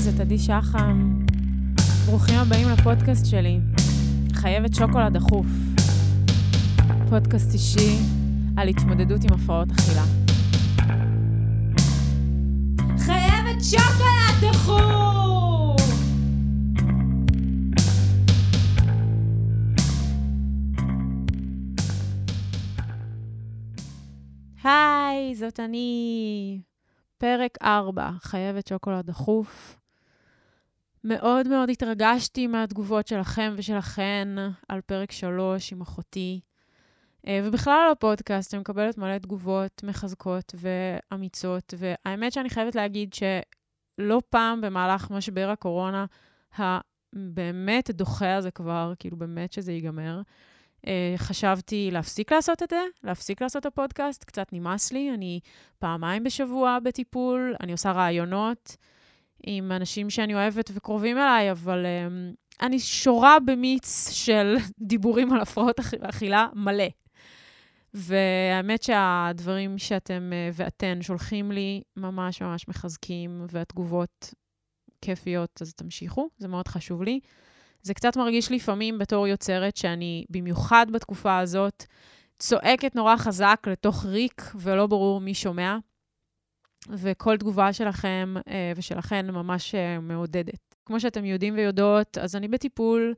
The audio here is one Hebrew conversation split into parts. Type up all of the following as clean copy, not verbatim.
זאת עדי שחם. ברוכים הבאים לפודקאסט שלי, חייבת שוקולד דחוף. פודקאסט אישי על התמודדות עם הפרעות אכילה. חייבת שוקולד דחוף! היי, זאת אני. פרק 4, חייבת שוקולד דחוף. מאוד מאוד התרגשתי מהתגובות שלכם ושלכן על פרק 3 עם אחותי. ובכלל על הפודקאסט, אני מקבלת מלא תגובות מחזקות ואמיצות, והאמת שאני חייבת להגיד שלא פעם במהלך משבר הקורונה, באמת דוחה הזה כבר, כאילו באמת שזה ייגמר, חשבתי להפסיק לעשות את זה, להפסיק לעשות את הפודקאסט, קצת נמאס לי, אני פעמיים בשבוע בטיפול, אני עושה רעיונות עם אנשים שאני אוהבת וקרובים אליי, אבל אני שורה במיץ של דיבורים על הפרעות אכילה מלא. והאמת שהדברים שאתם ואתן שולחים לי ממש ממש מחזקים, והתגובות כיפיות, אז תמשיכו, זה מאוד חשוב לי. זה קצת מרגיש לפעמים בתור יוצרת שאני במיוחד בתקופה הזאת צועקת נורא חזק לתוך ריק ולא ברור מי שומע. וכל תגובה שלכם ושלכן ממש מעודדת. כמו שאתם יודעים ויודעות, אז אני בטיפול,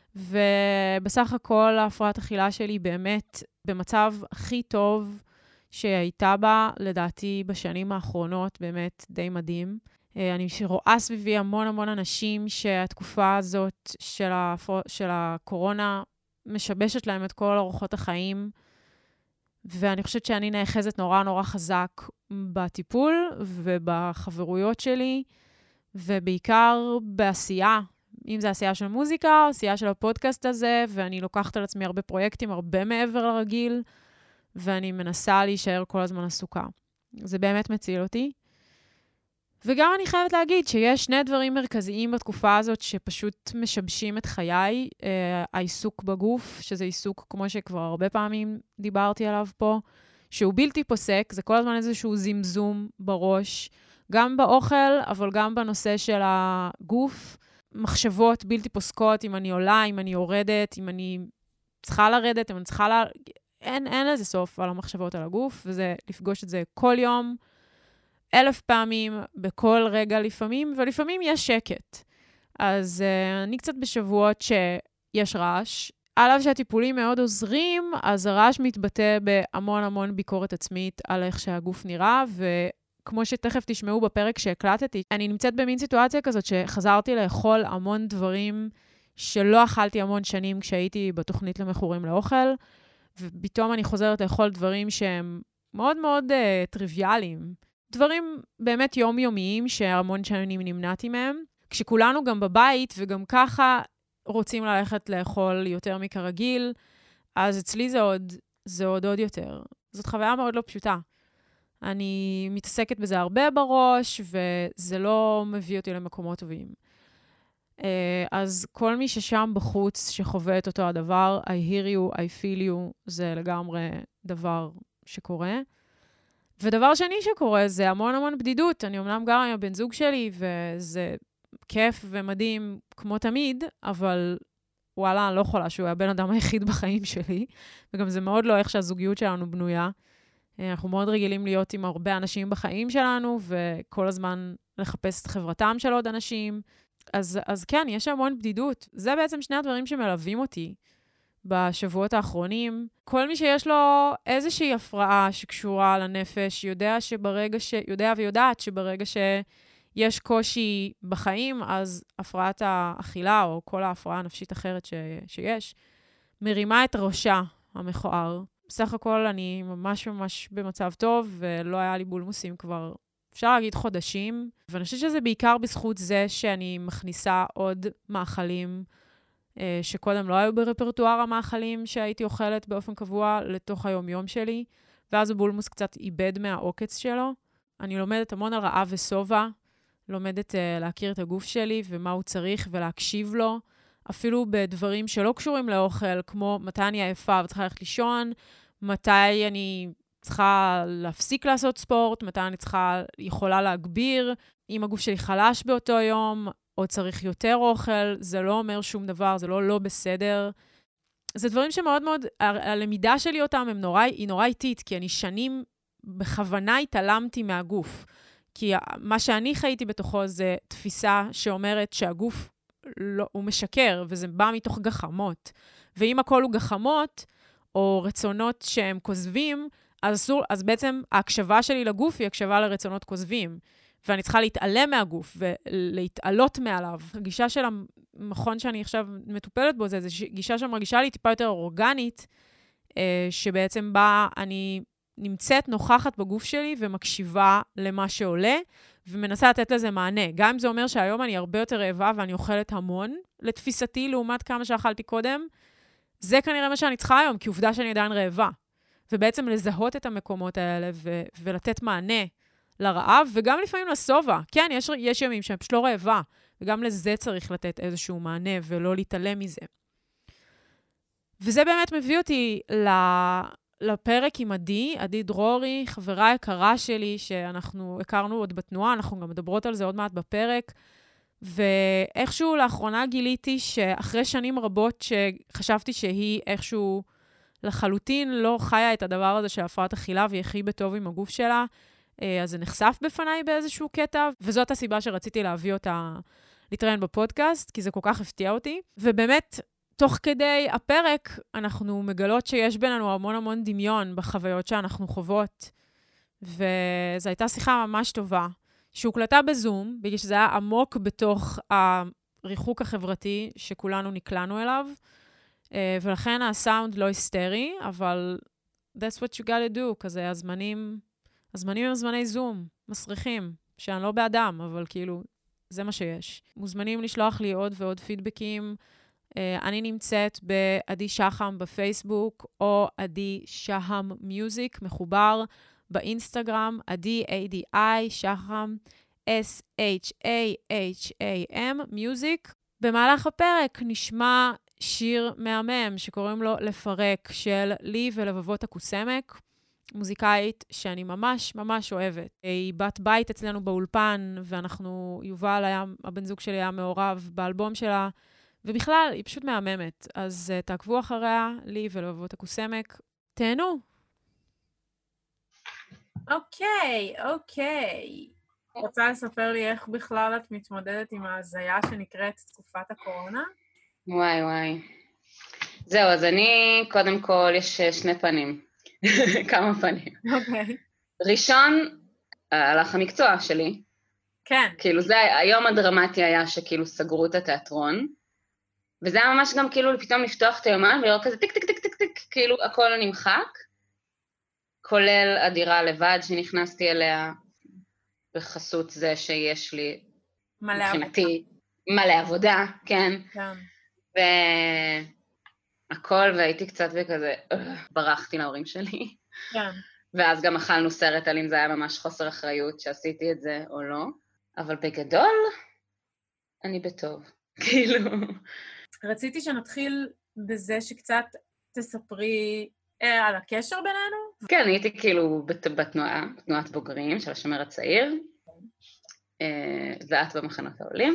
ובסך הכל ההפרעת אכילה שלי באמת במצב הכי טוב שהייתה בה, לדעתי בשנים האחרונות, באמת די מדהים. אני רואה סביבי המון אנשים שהתקופה הזאת של הקורונה משבשת להם את כל אורחות החיים, ואני חושבת שאני נאחזת נורא חזק בטיפול ובחברויות שלי, ובעיקר בעשייה, אם זה עשייה של מוזיקה, עשייה של הפודקאסט הזה, ואני לוקחת על עצמי הרבה פרויקטים, הרבה מעבר לרגיל, ואני מנסה להישאר כל הזמן עסוקה. זה באמת מציל אותי. וגם אני חייבת להגיד שיש שני דברים מרכזיים בתקופה הזאת שפשוט משבשים את חיי, העיסוק בגוף, שזה עיסוק כמו שכבר הרבה פעמים דיברתי עליו פה, שהוא בלתי פוסק, זה כל הזמן איזשהו זמזום בראש, גם באוכל, אבל גם בנושא של הגוף, מחשבות בלתי פוסקות, אם אני עולה, אם אני יורדת, אם אני צריכה לרדת, אם אני צריכה אין לזה סוף על המחשבות על הגוף, וזה לפגוש את זה כל יום, 1000 פעמים, בכל רגע לפעמים, ולפעמים יש שקט. אז אני קצת בשבועות שיש רעש. עליו שהטיפולים מאוד עוזרים, אז הרעש מתבטא בהמון ביקורת עצמית על איך שהגוף נראה, וכמו שתכף תשמעו בפרק שהקלטתי, אני נמצאת במין סיטואציה כזאת שחזרתי לאכול המון דברים שלא אכלתי המון שנים כשהייתי בתוכנית למכורים לאוכל, ופתאום אני חוזרת לאכול דברים שהם מאוד טריוויאליים. דברים באמת יומיומיים שהמון שנים נמנעתי מהם. כשכולנו גם בבית וגם ככה רוצים ללכת לאכול יותר מכרגיל, אז אצלי זה עוד יותר. זאת חוויה מאוד לא פשוטה. אני מתעסקת בזה הרבה בראש, וזה לא מביא אותי למקומות טובים. אז כל מי ששם בחוץ שחווה את אותו הדבר, I hear you, I feel you, זה לגמרי דבר שקורה. ודבר שני שקורה זה המון בדידות. אני אומנם גרה עם הבן זוג שלי, וזה כיף ומדהים כמו תמיד, אבל וואלה, אני לא יכולה שהוא הבן אדם היחיד בחיים שלי, וגם זה מאוד לא איך שהזוגיות שלנו בנויה. אנחנו מאוד רגילים להיות עם הרבה אנשים בחיים שלנו, וכל הזמן לחפש את חברתם של עוד אנשים. אז כן, יש המון בדידות. זה בעצם שני הדברים שמלווים אותי בשבועות האחרונים. כל מי שיש לו איזושהי הפרעה שקשורה לנפש, יודע ויודעת שברגע שיש קושי בחיים, אז הפרעת האכילה, או כל ההפרעה הנפשית אחרת שיש, מרימה את ראשה המכוער. בסך הכל אני ממש במצב טוב, ולא היה לי בולמוסים כבר, אפשר להגיד חודשים, ואני חושבת שזה בעיקר בזכות זה שאני מכניסה עוד מאכלים, שקודם לא היו ברפרטואר המאכלים שהייתי אוכלת באופן קבוע לתוך היום-יום שלי, ואז הבולמוס קצת איבד מהעוקץ שלו. אני לומדת המון על רעב וסובה, לומדת להכיר את הגוף שלי ומה הוא צריך ולהקשיב לו, אפילו בדברים שלא קשורים לאוכל, כמו מתי אני עייפה וצריכה ללכת לישון, מתי אני צריכה להפסיק לעשות ספורט, מתי אני יכולה להגביר, אם הגוף שלי חלש באותו יום, או צריך יותר אוכל, זה לא אומר שום דבר, זה לא בסדר. זה דברים שמאוד מאוד, הלמידה שלי אותם היא נורא איטית, כי אני שנים בכוונה התעלמתי מהגוף. כי מה שאני חייתי בתוכו זה תפיסה שאומרת שהגוף הוא משקר, וזה בא מתוך גחמות. ואם הכל הוא גחמות, או רצונות שהם כוזבים, אז בעצם ההקשבה שלי לגוף היא הקשבה לרצונות כוזבים. ואני צריכה להתעלם מהגוף ולהתעלות מעליו. הגישה של המכון שאני עכשיו מטופלת בו, זה גישה שמרגישה לי טיפה יותר אורגנית, שבעצם בה אני נמצאת נוכחת בגוף שלי ומקשיבה למה שעולה, ומנסה לתת לזה מענה. גם אם זה אומר שהיום אני הרבה יותר רעבה ואני אוכלת המון, לתפיסתי, לעומת כמה שאכלתי קודם, זה כנראה מה שאני צריכה היום, כי עובדה שאני עדיין רעבה. ובעצם לזהות את המקומות האלה ולתת מענה לרעב, וגם לפעמים לסובה. כן, יש ימים שאני פשוט לא רעבה, וגם לזה צריך לתת איזשהו מענה ולא להתעלם מזה. וזה באמת מביא אותי לפרק עם עדי דרורי, חברה יקרה שלי, שאנחנו הכרנו עוד בתנועה, אנחנו גם מדברות על זה עוד מעט בפרק, ואיכשהו לאחרונה גיליתי שאחרי שנים רבות שחשבתי שהיא איכשהו לחלוטין לא חיה את הדבר הזה של הפרעת אכילה, והיא הכי בטוב עם הגוף שלה, אז זה נחשף בפניי באיזשהו קטע, וזאת הסיבה שרציתי להביא אותה להתראיין בפודקאסט, כי זה כל כך הפתיע אותי. ובאמת, תוך כדי הפרק, אנחנו מגלות שיש בינינו המון המון דמיון בחוויות שאנחנו חוות, וזו הייתה שיחה ממש טובה, שהוקלטה בזום, בגלל שזה היה עמוק בתוך הריחוק החברתי שכולנו נקלענו אליו, ולכן הסאונד לא היסטרי, אבל that's what you gotta do, כזה הזמנים הם זמני זום, מסריחים, שאני לא באדם, אבל כאילו, זה מה שיש. מוזמנים לשלוח לי עוד ועוד פידבקים. אני נמצאת בעדי שחם בפייסבוק, או עדי שחם מיוזיק, מחובר באינסטגרם, עדי ADI, שחם, SHAHAM, מיוזיק. במהלך הפרק נשמע שיר מהמם שקוראים לו לפרק, של לי ולבבות הקוסמק, מוזיקאית שאני ממש ממש אוהבת. היא בת בית אצלנו באולפן, יובל היה, הבן זוג שלי היה מעורב באלבום שלה, ובכלל, היא פשוט מהממת. אז תעקבו אחריה, לי ולבבות הקוסמק. תהנו. אוקיי. רוצה לספר לי איך בכלל את מתמודדת עם ההזיה שנקראת תקופת הקורונה? וואי. זהו, אז אני, קודם כל, יש שני פנים. כמה פנים. אוקיי. ראשון, הלך המקצוע שלי. כן. כאילו, זה היום הדרמטי היה שכאילו סגרו את התיאטרון, וזה היה ממש גם כאילו פתאום לפתוח את היומן ולראות כזה טיק טיק טיק טיק טיק, כאילו הכל נמחק, כולל הדירה לבד שנכנסתי אליה, בחסות זה שיש לי, מבחינתי, מלא עבודה, כן. והכל, והייתי קצת וכזה, ברחתי להורים שלי. כן. ואז גם אכלנו סרט על אם זה היה ממש חוסר אחריות שעשיתי את זה או לא, אבל בגדול, אני בטוב, כאילו. רציתי שנתחיל בזה שקצת תספרי על הקשר בינינו. כן, הייתי כאילו בתנועת בוגרים של השומר הצעיר, ואת במחנות העולים,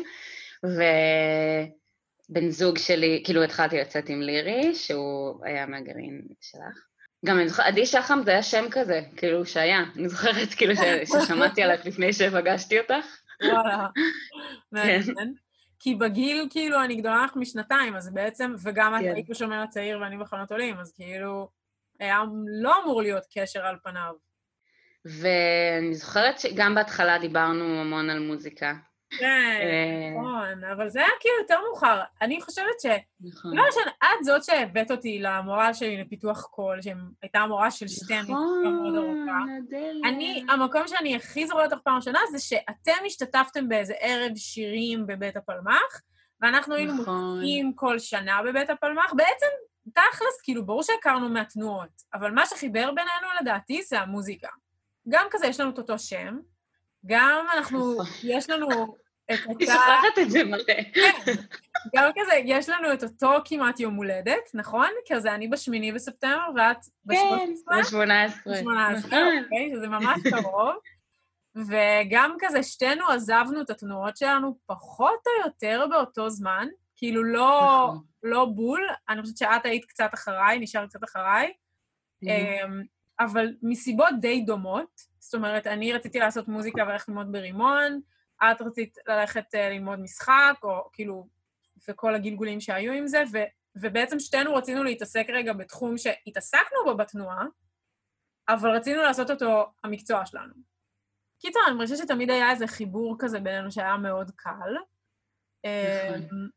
ובן זוג שלי, כאילו התחלתי לצאת עם לירי, שהוא היה מהגרעין שלך. גם אני זוכרת, עדי שחם זה היה שם כזה, כאילו שהיה, אני זוכרת כאילו ששמעתי עליך לפני שפגשתי אותך. וואלה, מעניין. כי בגיל, כאילו, אני גדולה לך משנתיים, אז בעצם, וגם את היית בשומר הצעיר ואני במחנות עולים, אז כאילו, היה לא אמור להיות קשר על פניו. ואני זוכרת שגם בהתחלה דיברנו המון על מוזיקה. כן, נכון, אבל זה היה כאילו יותר מאוחר. אני חושבת לא משנה, את זאת שהבאת אותי למורה שלי לפיתוח קול, שהייתה המורה של שתינו, מאוד ארוכה. המקום שאני הכי זוכרת לך פעם ראשונה, זה שאתם השתתפתם באיזה ערב שירים בבית הפלמ"ח, ואנחנו היינו מופיעים כל שנה בבית הפלמ"ח. בעצם, תכלס, כאילו, ברור שהכרנו מהתנועות, אבל מה שחיבר בינינו לדעתי זה המוזיקה. גם כזה יש לנו את אותו שם, גם יש לנו את אני אותה... שוכחת את זה מלא. כן, גם כזה, יש לנו את אותו כמעט יום הולדת, נכון? כזה אני ב8 בספטמבר, ואת כן, ב-13? ב-18. ב-18, נכון. אוקיי? שזה ממש קרוב. וגם כזה שתינו עזבנו את התנועות שלנו פחות או יותר באותו זמן, כאילו נכון. לא בול, אני חושבת שאת היית קצת אחריי, נשארת קצת אחריי, אבל מסיבות די דומות, זאת אומרת, אני רציתי לעשות מוזיקה וללכת ללמוד ברימון, את רצית ללכת ללמוד משחק, או כאילו, וכל הגלגולים שהיו עם זה, ובעצם שתינו רצינו להתעסק רגע בתחום שהתעסקנו בו בתנועה, אבל רצינו לעשות אותו המקצוע שלנו. קיצור, אני חושבת שתמיד היה איזה חיבור כזה בינינו שהיה מאוד קל. נכון.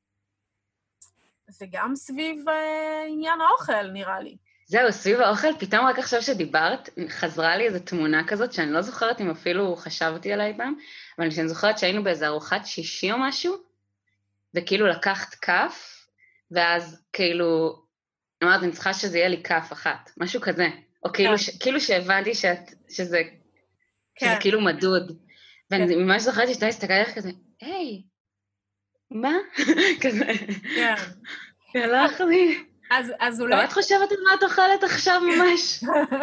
וגם סביב עניין האוכל, נראה לי. זהו, סביב האוכל, פתאום רק עכשיו שדיברת, חזרה לי איזו תמונה כזאת, שאני לא זוכרת אם אפילו חשבתי עליי פעם, אבל שאני זוכרת שהיינו באיזו ארוחת שישי או משהו, וכאילו לקחת כף, ואז כאילו, אמרת, אני צריכה שזה יהיה לי כף אחת, משהו כזה. או כאילו שהבנתי שזה כאילו מדוד. ואני ממש זוכרת שאתה הסתכלת כזה, היי, מה? כזה. כן. הלך לי. אז אולי... את חושבת על מה את אוכלת עכשיו ממש?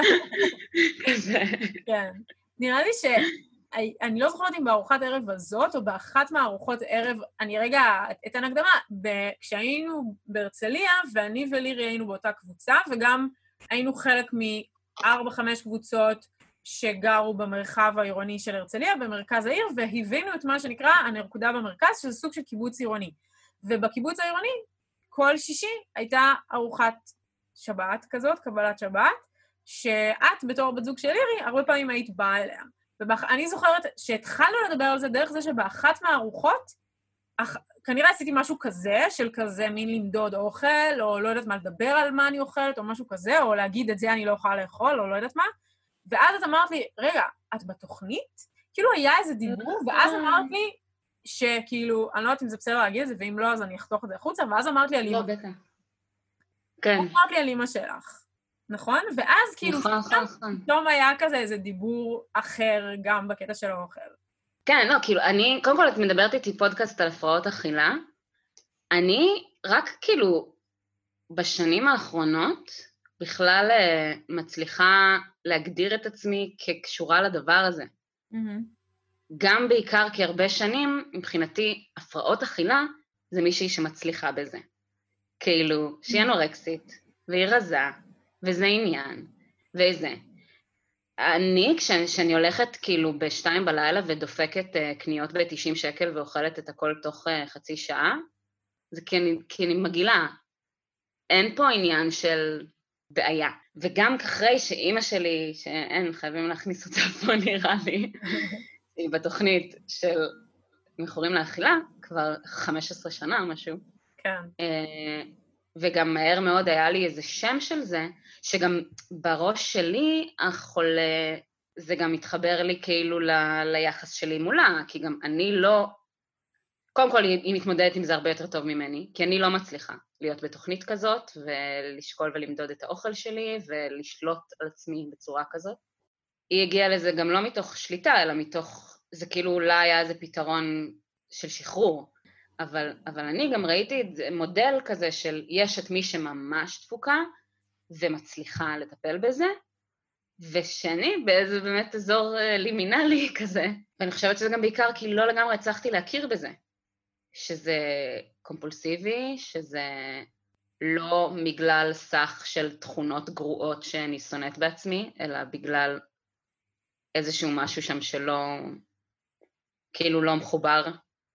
כזה. כן. נראה לי אני לא זוכרת אם בארוחת ערב הזאת, או באחת מהארוחות ערב, אני רגע אתן הקדמה, כשהיינו בהרצליה, ואני ולירי היינו באותה קבוצה, וגם היינו חלק מ4-5 קבוצות שגרו במרחב העירוני של הרצליה, במרכז העיר, והבינו את מה שנקרא הנרקודה במרכז, שזה סוג של קיבוץ עירוני. ובקיבוץ העירוני, כל שישי הייתה ארוחת שבת כזאת, קבלת שבת, שאת בתור בת זוג של לירי, הרבה פעמים היית באה אליה. ואני זוכרת שהתחלנו לדבר על זה דרך זה שבאחת מהארוחות, כנראה עשיתי משהו כזה, של כזה מין למדוד אוכל, או לא יודעת מה לדבר על מה אני אוכלת, או משהו כזה, או להגיד את זה אני לא יכולה לאכול, או לא יודעת מה. ואז את אמרת לי, רגע, את בתוכנית? כאילו היה איזה דיבור, ואז אמרת לי שכאילו, אני לא יודעת אם זה בסדר להגיד את זה, ואם לא, אז אני אחתוך את זה החוצה, ואז אמרת לי על אמא. לא, בטח. כן. אמרת לי על אמא שלך. נכון? ואז כאילו, פתאום היה כזה איזה דיבור אחר גם בקטע של האוכל. כן, לא, כאילו, אני, קודם כל את מדברת איתי פודקאסט על הפרעות אכילה, אני רק כאילו בשנים האחרונות בכלל מצליחה להגדיר את עצמי כקשורה לדבר הזה. גם בעיקר כי הרבה שנים, מבחינתי, הפרעות אכילה זה מישהי שמצליחה בזה. כאילו, שהיא אנורקסית, והיא רזה, וזה עניין, וזה. אני, כשאני הולכת כאילו ב2 בלילה ודופקת קניות ב90 שקל ואוכלת את הכל תוך חצי שעה, זה כי אני מגעילה. אין פה עניין של בעיה. וגם אחרי שאימא שלי, שאין, חייבים להכניס אותה פה נראה לי, היא בתוכנית של מכורים לאכילה, כבר 15 שנה או משהו. כן. וגם מהר מאוד היה לי איזה שם של זה, שגם בראש שלי החולה, זה גם מתחבר לי כאילו ליחס שלי מולה, כי גם אני לא, קודם כל היא מתמודדת עם זה הרבה יותר טוב ממני, כי אני לא מצליחה להיות בתוכנית כזאת, ולשקול ולמדוד את האוכל שלי, ולשלוט על עצמי בצורה כזאת. היא הגיעה לזה גם לא מתוך שליטה, אלא מתוך, זה כאילו אולי היה איזה פתרון של שחרור, אבל אני גם ראיתי את זה, מודל כזה של יש את מי שממש דפוקה, ומצליחה לטפל בזה, ושני באיזה באמת אזור לימינלי כזה, ואני חושבת שזה גם בעיקר כי לא לגמרי הצלחתי להכיר בזה, שזה קומפולסיבי, שזה לא בגלל סך של תכונות גרועות שאני שונאת בעצמי, אלא בגלל איזשהו משהו שם שלא, כאילו לא מחובר,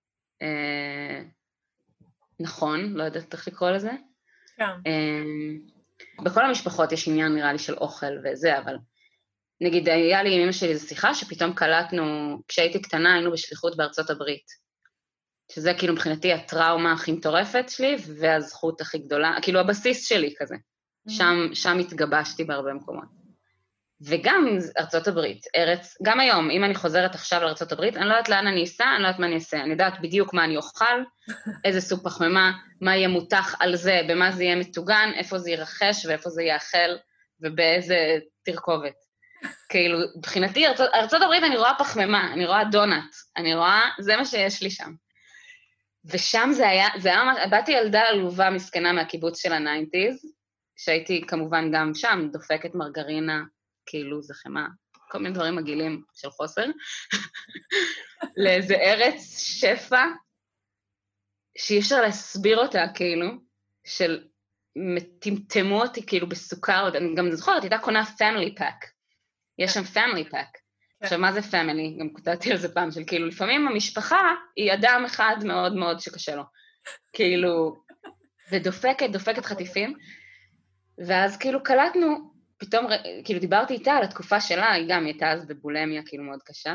נכון, לא יודעת איך לקרוא לזה. כן. בכל המשפחות יש עניין נראה לי של אוכל וזה, אבל נגיד היה לי עם אמא שלי איזו שיחה שפתאום קלטנו, כשהייתי קטנה היינו בשליחות בארצות הברית, שזה כאילו מבחינתי הטראומה הכי מטורפת שלי והזכות הכי גדולה, כאילו הבסיס שלי כזה, שם התגבשתי בהרבה מקומות. וגם ארצות הברית, ארץ, גם היום, אם אני חוזרת עכשיו לארצות הברית, אני לא יודעת לאן אני אסע, אני לא יודעת מה אני אעשה, אני יודעת בדיוק מה אני אוכל, איזה סוג פחמימה, מה יהיה מותח על זה, במה זה יהיה מטוגן, איפה זה ירחש ואיפה זה יאכל, ובאיזה תרכובת. כאילו, מבחינתי, ארצות הברית אני רואה פחמימה, אני רואה דונט, אני רואה, זה מה שיש לי שם. ושם זה היה ממש, באתי ילדה עלובה מסכנה מהקיבוץ של ה-90s, שהייתי כמובן גם שם, דופקת מרגרינה, כאילו זה חמה, כל מיני דברים מגעילים של חוסר, לאיזה ארץ שפע, שאי אפשר להסביר אותה, כאילו, של טמטמו אותי כאילו בסוכר, אני גם זוכרת, הייתה קונה פמילי פאק, יש שם פמילי פאק. עכשיו, מה זה פמילי? גם כותבתי על זה פעם, של כאילו, לפעמים המשפחה היא אדם אחד מאוד מאוד שקשה לו. כאילו, ודופקת חטיפים, ואז כאילו קלטנו, פתאום, כאילו דיברתי איתה על התקופה שלה, היא גם הייתה אז בבולמיה כאילו מאוד קשה,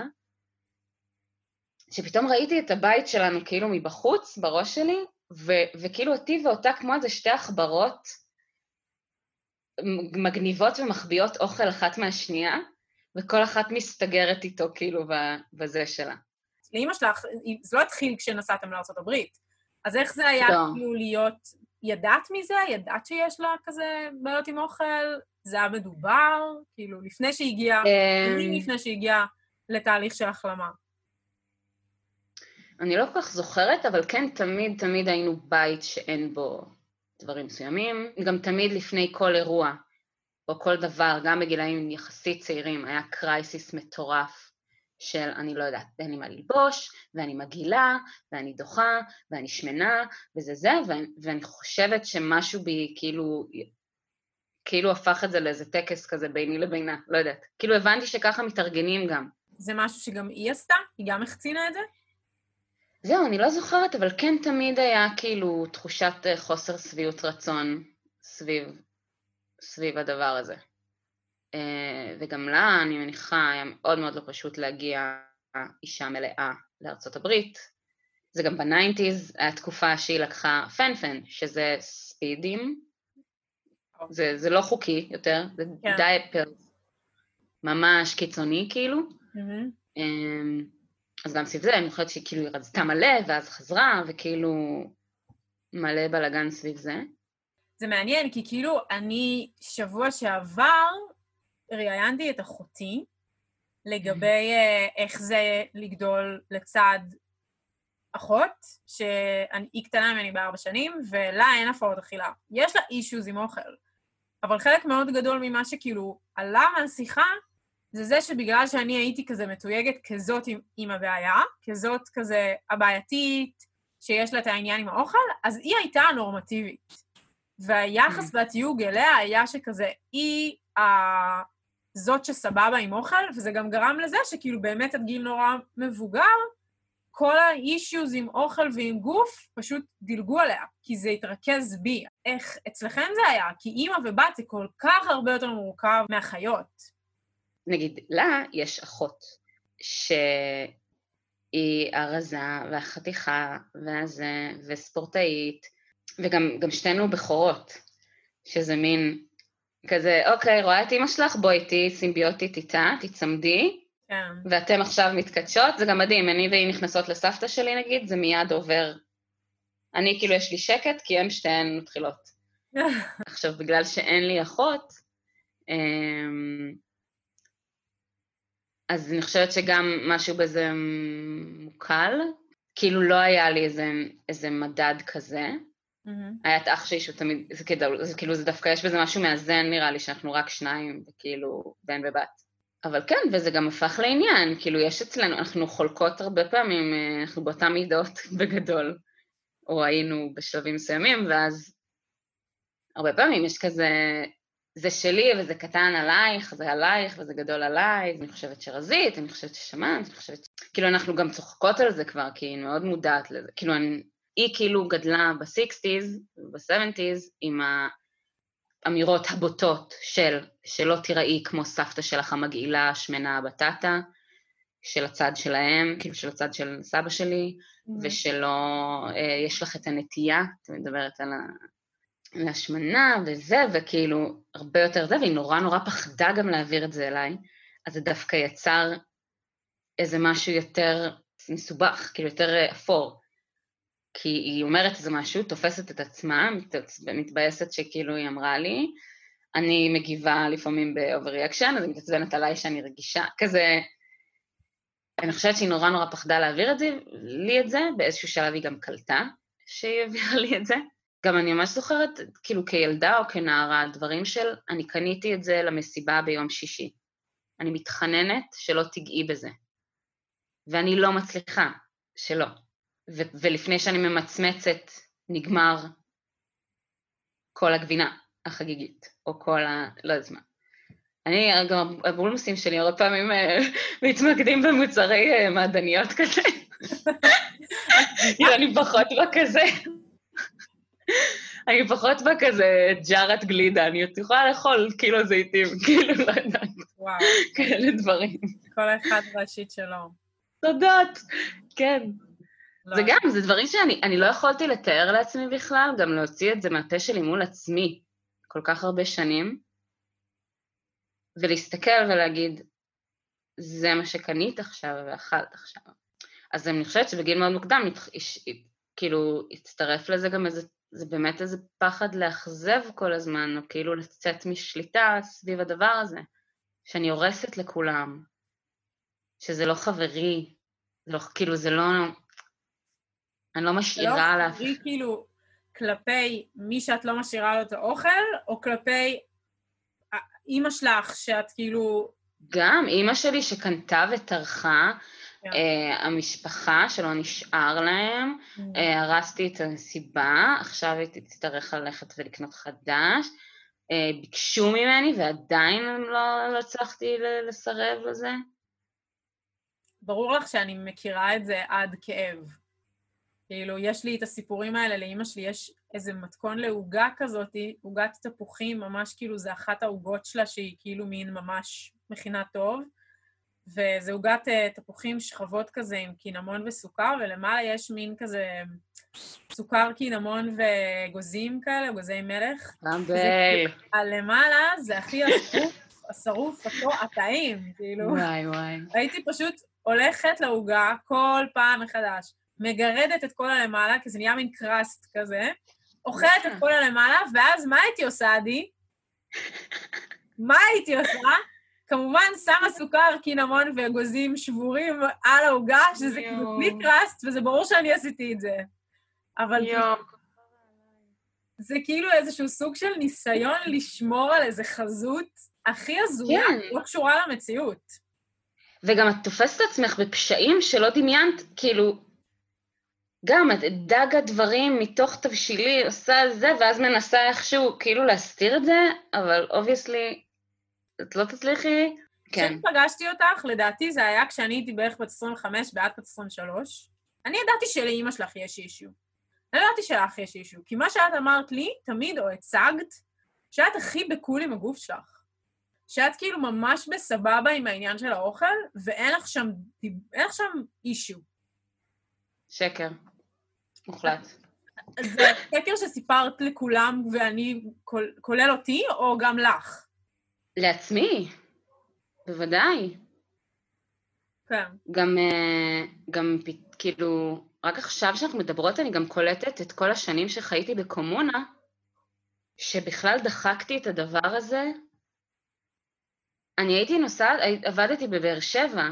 שפתאום ראיתי את הבית שלנו כאילו מבחוץ, בראש שלי, וכאילו אותי ואותה כמו איזה שתי עכברות, מגניבות ומחביאות אוכל אחת מהשנייה, וכל אחת מסתגרת איתו כאילו בזה שלה. לאמא שלך, זה לא התחיל כשנסעתם לארצות הברית, אז איך זה היה כאילו להיות, ידעת מזה? ידעת שיש לה כזה בעיות עם אוכל? זה היה מדובר? כאילו, לפני שהגיעה, לפני שהגיעה לתהליך של החלמה. אני לא כל כך זוכרת, אבל כן תמיד היינו בית שאין בו דברים מסוימים, גם תמיד לפני כל אירוע, או כל דבר, גם בגילאים יחסית צעירים, היה קרייסיס מטורף של אני לא יודעת, אין לי מה ללבוש, ואני מגעילה, ואני דוחה, ואני שמנה, וזה, ואני חושבת שמשהו בי כאילו הפך את זה לאיזה טקס כזה ביני לבינה, לא יודעת. כאילו הבנתי שככה מתארגנים גם. זה משהו שגם היא עשתה? היא גם החצינה את זה? זהו, אני לא זוכרת, אבל כן תמיד היה כאילו תחושת חוסר שביעות רצון סביב הדבר הזה. וגם לה, אני מניחה, היה מאוד מאוד לא פשוט להגיע אישה מלאה לארצות הברית. זה גם ב-90s, היה תקופה שהיא לקחה פן, שזה ספידים. זה לא חוקי יותר, זה דייפר ממש קיצוני כאילו. אז גם סביב זה, אני חושבת שהיא כאילו רצתה מלא, ואז חזרה, וכאילו מלא בלגן סביב זה. זה מעניין, כי כאילו אני שבוע שעבר ראיינתי את אחותי, לגבי איך זה לגדול לצד אחות, שהיא קטנה ממני ב4 שנים, ולה אין הפרעות אכילה. יש לה אישוז עם אוכל, אבל חלק מאוד גדול ממה שכאילו עלה מהשיחה, זה שבגלל שאני הייתי כזה מתויגת כזאת עם הבעיה, כזאת כזה הבעייתית, שיש לה את העניין עם האוכל, אז היא הייתה נורמטיבית. והיחס והתיוג אליה היה שכזה, היא זאת שסבבה עם אוכל, וזה גם גרם לזה שכאילו באמת עד גיל נורא מבוגר, כל האישיוז עם אוכל ועם גוף פשוט דילגו עליה, כי זה התרכז בי. איך אצלכם זה היה? כי אמא ובת זה כל כך הרבה יותר מורכב מהחיות. נגיד, לה יש אחות שהיא הרזה והחתיכה וספורטאית, וגם שתינו בחורות, שזה מין כזה, אוקיי, רואה את אמא שלך, בואי איתי, סימביוטית איתה, תצמדי, ואתם עכשיו מתקדשות, זה גם מדהים, אני והיא נכנסות לסבתא שלי נגיד, זה מיד עובר, אני כאילו יש לי שקט, כי הם שתיהן מתחילות. עכשיו, בגלל שאין לי אחות, אז אני חושבת שגם משהו בזה מוקל, כאילו לא היה לי איזה מדד כזה, היה את אח שלי שהוא תמיד, זה כאילו זה דווקא יש בזה משהו מאזן נראה לי, שאנחנו רק שניים, וכאילו בן ובת. אבל כן, וזה גם הפך לעניין, כאילו יש אצלנו, אנחנו חולקות הרבה פעמים, אנחנו באותה מידות בגדול, או היינו בשלבים מסוימים, ואז הרבה פעמים יש כזה, זה שלי וזה קטן עלייך, זה עלייך וזה גדול עליי, אני חושבת שרזית, אני חושבת ששמעת, אני חושבת, כאילו אנחנו גם צוחקות על זה כבר, כי היא מאוד מודעת לזה, כאילו היא כאילו גדלה ב-60s וב-70s עם האמירות הבוטות שלא תיראי כמו סבתא שלך המגעילה, השמנה, הבטטה, של הצד שלהם, כאילו של הצד של סבא שלי, ושלא, יש לך את הנטייה, אתה מדברת על להשמנה וזה, וכאילו הרבה יותר זה, והיא נורא נורא פחדה גם להעביר את זה אליי, אז זה דווקא יצר איזה משהו יותר מסובך, כאילו יותר אפור, כי היא אומרת איזה משהו, תופסת את עצמה, מתבאסת שכאילו היא אמרה לי, אני מגיבה לפעמים ב-overreaction, אז אני מתעצבנת עליי שאני רגישה, כזה, אני חושבת שהיא נורא נורא פחדה להעביר לי את זה, באיזשהו שלב היא גם קלטה שהיא העבירה לי את זה. גם אני ממש זוכרת, כאילו כילדה או כנערה, דברים של, אני קניתי את זה למסיבה ביום שישי. אני מתחננת שלא תגעי בזה. ואני לא מצליחה שלא. ולפני שאני ממצמצת, נגמר כל הגבינה החגיגית, או כל לא יודעת מה. אני, גם הבולמוסים שלי הרבה פעמים מתמקדים במוצרי מעדניות כזה. אני פחות בכזה. אני פחות בכזה ג'ארת גלידה, אני יכולה לאכול קילו זיתים, כאילו לא יודעת. וואו. כאלה דברים. כל אחד ראשית שלו. תודות, כן. לא, זה גם, זה דברים שאני לא יכולתי לתאר לעצמי בכלל, גם להוציא את זה מהפה שלי מול עצמי כל כך הרבה שנים, ולהסתכל ולהגיד, זה מה שקנית עכשיו ואכלת עכשיו. אז אני חושבת שבגיל מאוד מוקדם, כאילו, הצטרף לזה גם איזה, זה באמת איזה פחד לאכזב כל הזמן, או כאילו לצאת משליטה סביב הדבר הזה, שאני הורסת לכולם, שזה לא חברי, זה לא, כאילו, זה לא, אני לא משאירה עליו. זה לא חברי כאילו כלפי מי שאת לא משאירה לו את האוכל, או כלפי אמא שלך שאת כאילו... גם אמא שלי שקנתה וטרחה, המשפחה שלא נשאר להם, הרסתי את המסיבה, עכשיו הייתי תצטרך ללכת ולקנות חדש, ביקשו ממני ועדיין לא הצלחתי לסרב לזה. ברור לך שאני מכירה את זה עד כאב. כאילו, יש לי את הסיפורים האלה, לאמא שלי יש איזה מתכון לעוגה כזאת, עוגת תפוחים, ממש כאילו זה אחת העוגות שלה שהיא כאילו מין ממש מכינה טוב, וזה עוגת תפוחים שכבות כזה עם קינמון וסוכר, ולמעלה יש מין כזה סוכר קינמון וגוזים כאלה, גוזי מלך. רמבל. למעלה זה הכי השרוף, הטעים, כאילו. וואי וואי. הייתי פשוט הולכת לעוגה כל פעם מחדש, מגרדת את כל הלמעלה, כי זה נהיה מין קרסט כזה, אוכלת את כל הלמעלה, ואז מה הייתי עושה, עדי? מה הייתי עושה? כמובן שמה סוכר, קינמון וגוזים שבורים על העוגה, שזה כאילו בלי קרסט, וזה ברור שאני עשיתי את זה. אבל זה כאילו איזשהו סוג של ניסיון לשמור על איזה חזות הכי הזויה, לא קשורה למציאות. וגם את תופסת עצמך בפשעים שלא דמיינת, כאילו, גם את דגה דברים מתוך תבשילי, עושה זה, ואז מנסה איכשהו כאילו להסתיר את זה, אבל obviously, את לא תצליחי, כן. כשפגשתי אותך, לדעתי זה היה כשאני הייתי בערך בת 25 ואת בת 23, אני ידעתי שלאמא שלך יש אישיו. אני ידעתי שלך יש אישיו, כי מה שאת אמרת לי, תמיד או הצגת, שאת הכי בקול עם הגוף שלך. שאת כאילו ממש בסבבה עם העניין של האוכל, ואין לך שם אישיו. שקר. מוחלט. זה שקר שסיפרת לכולם, ואני, כולל אותי, או גם לך? לעצמי, בוודאי. כן. גם כאילו, רק עכשיו שאנחנו מדברות, אני גם קולטת את כל השנים שחייתי בקומונה, שבכלל דחקתי את הדבר הזה. אני הייתי נוסעת, עבדתי בבאר שבע,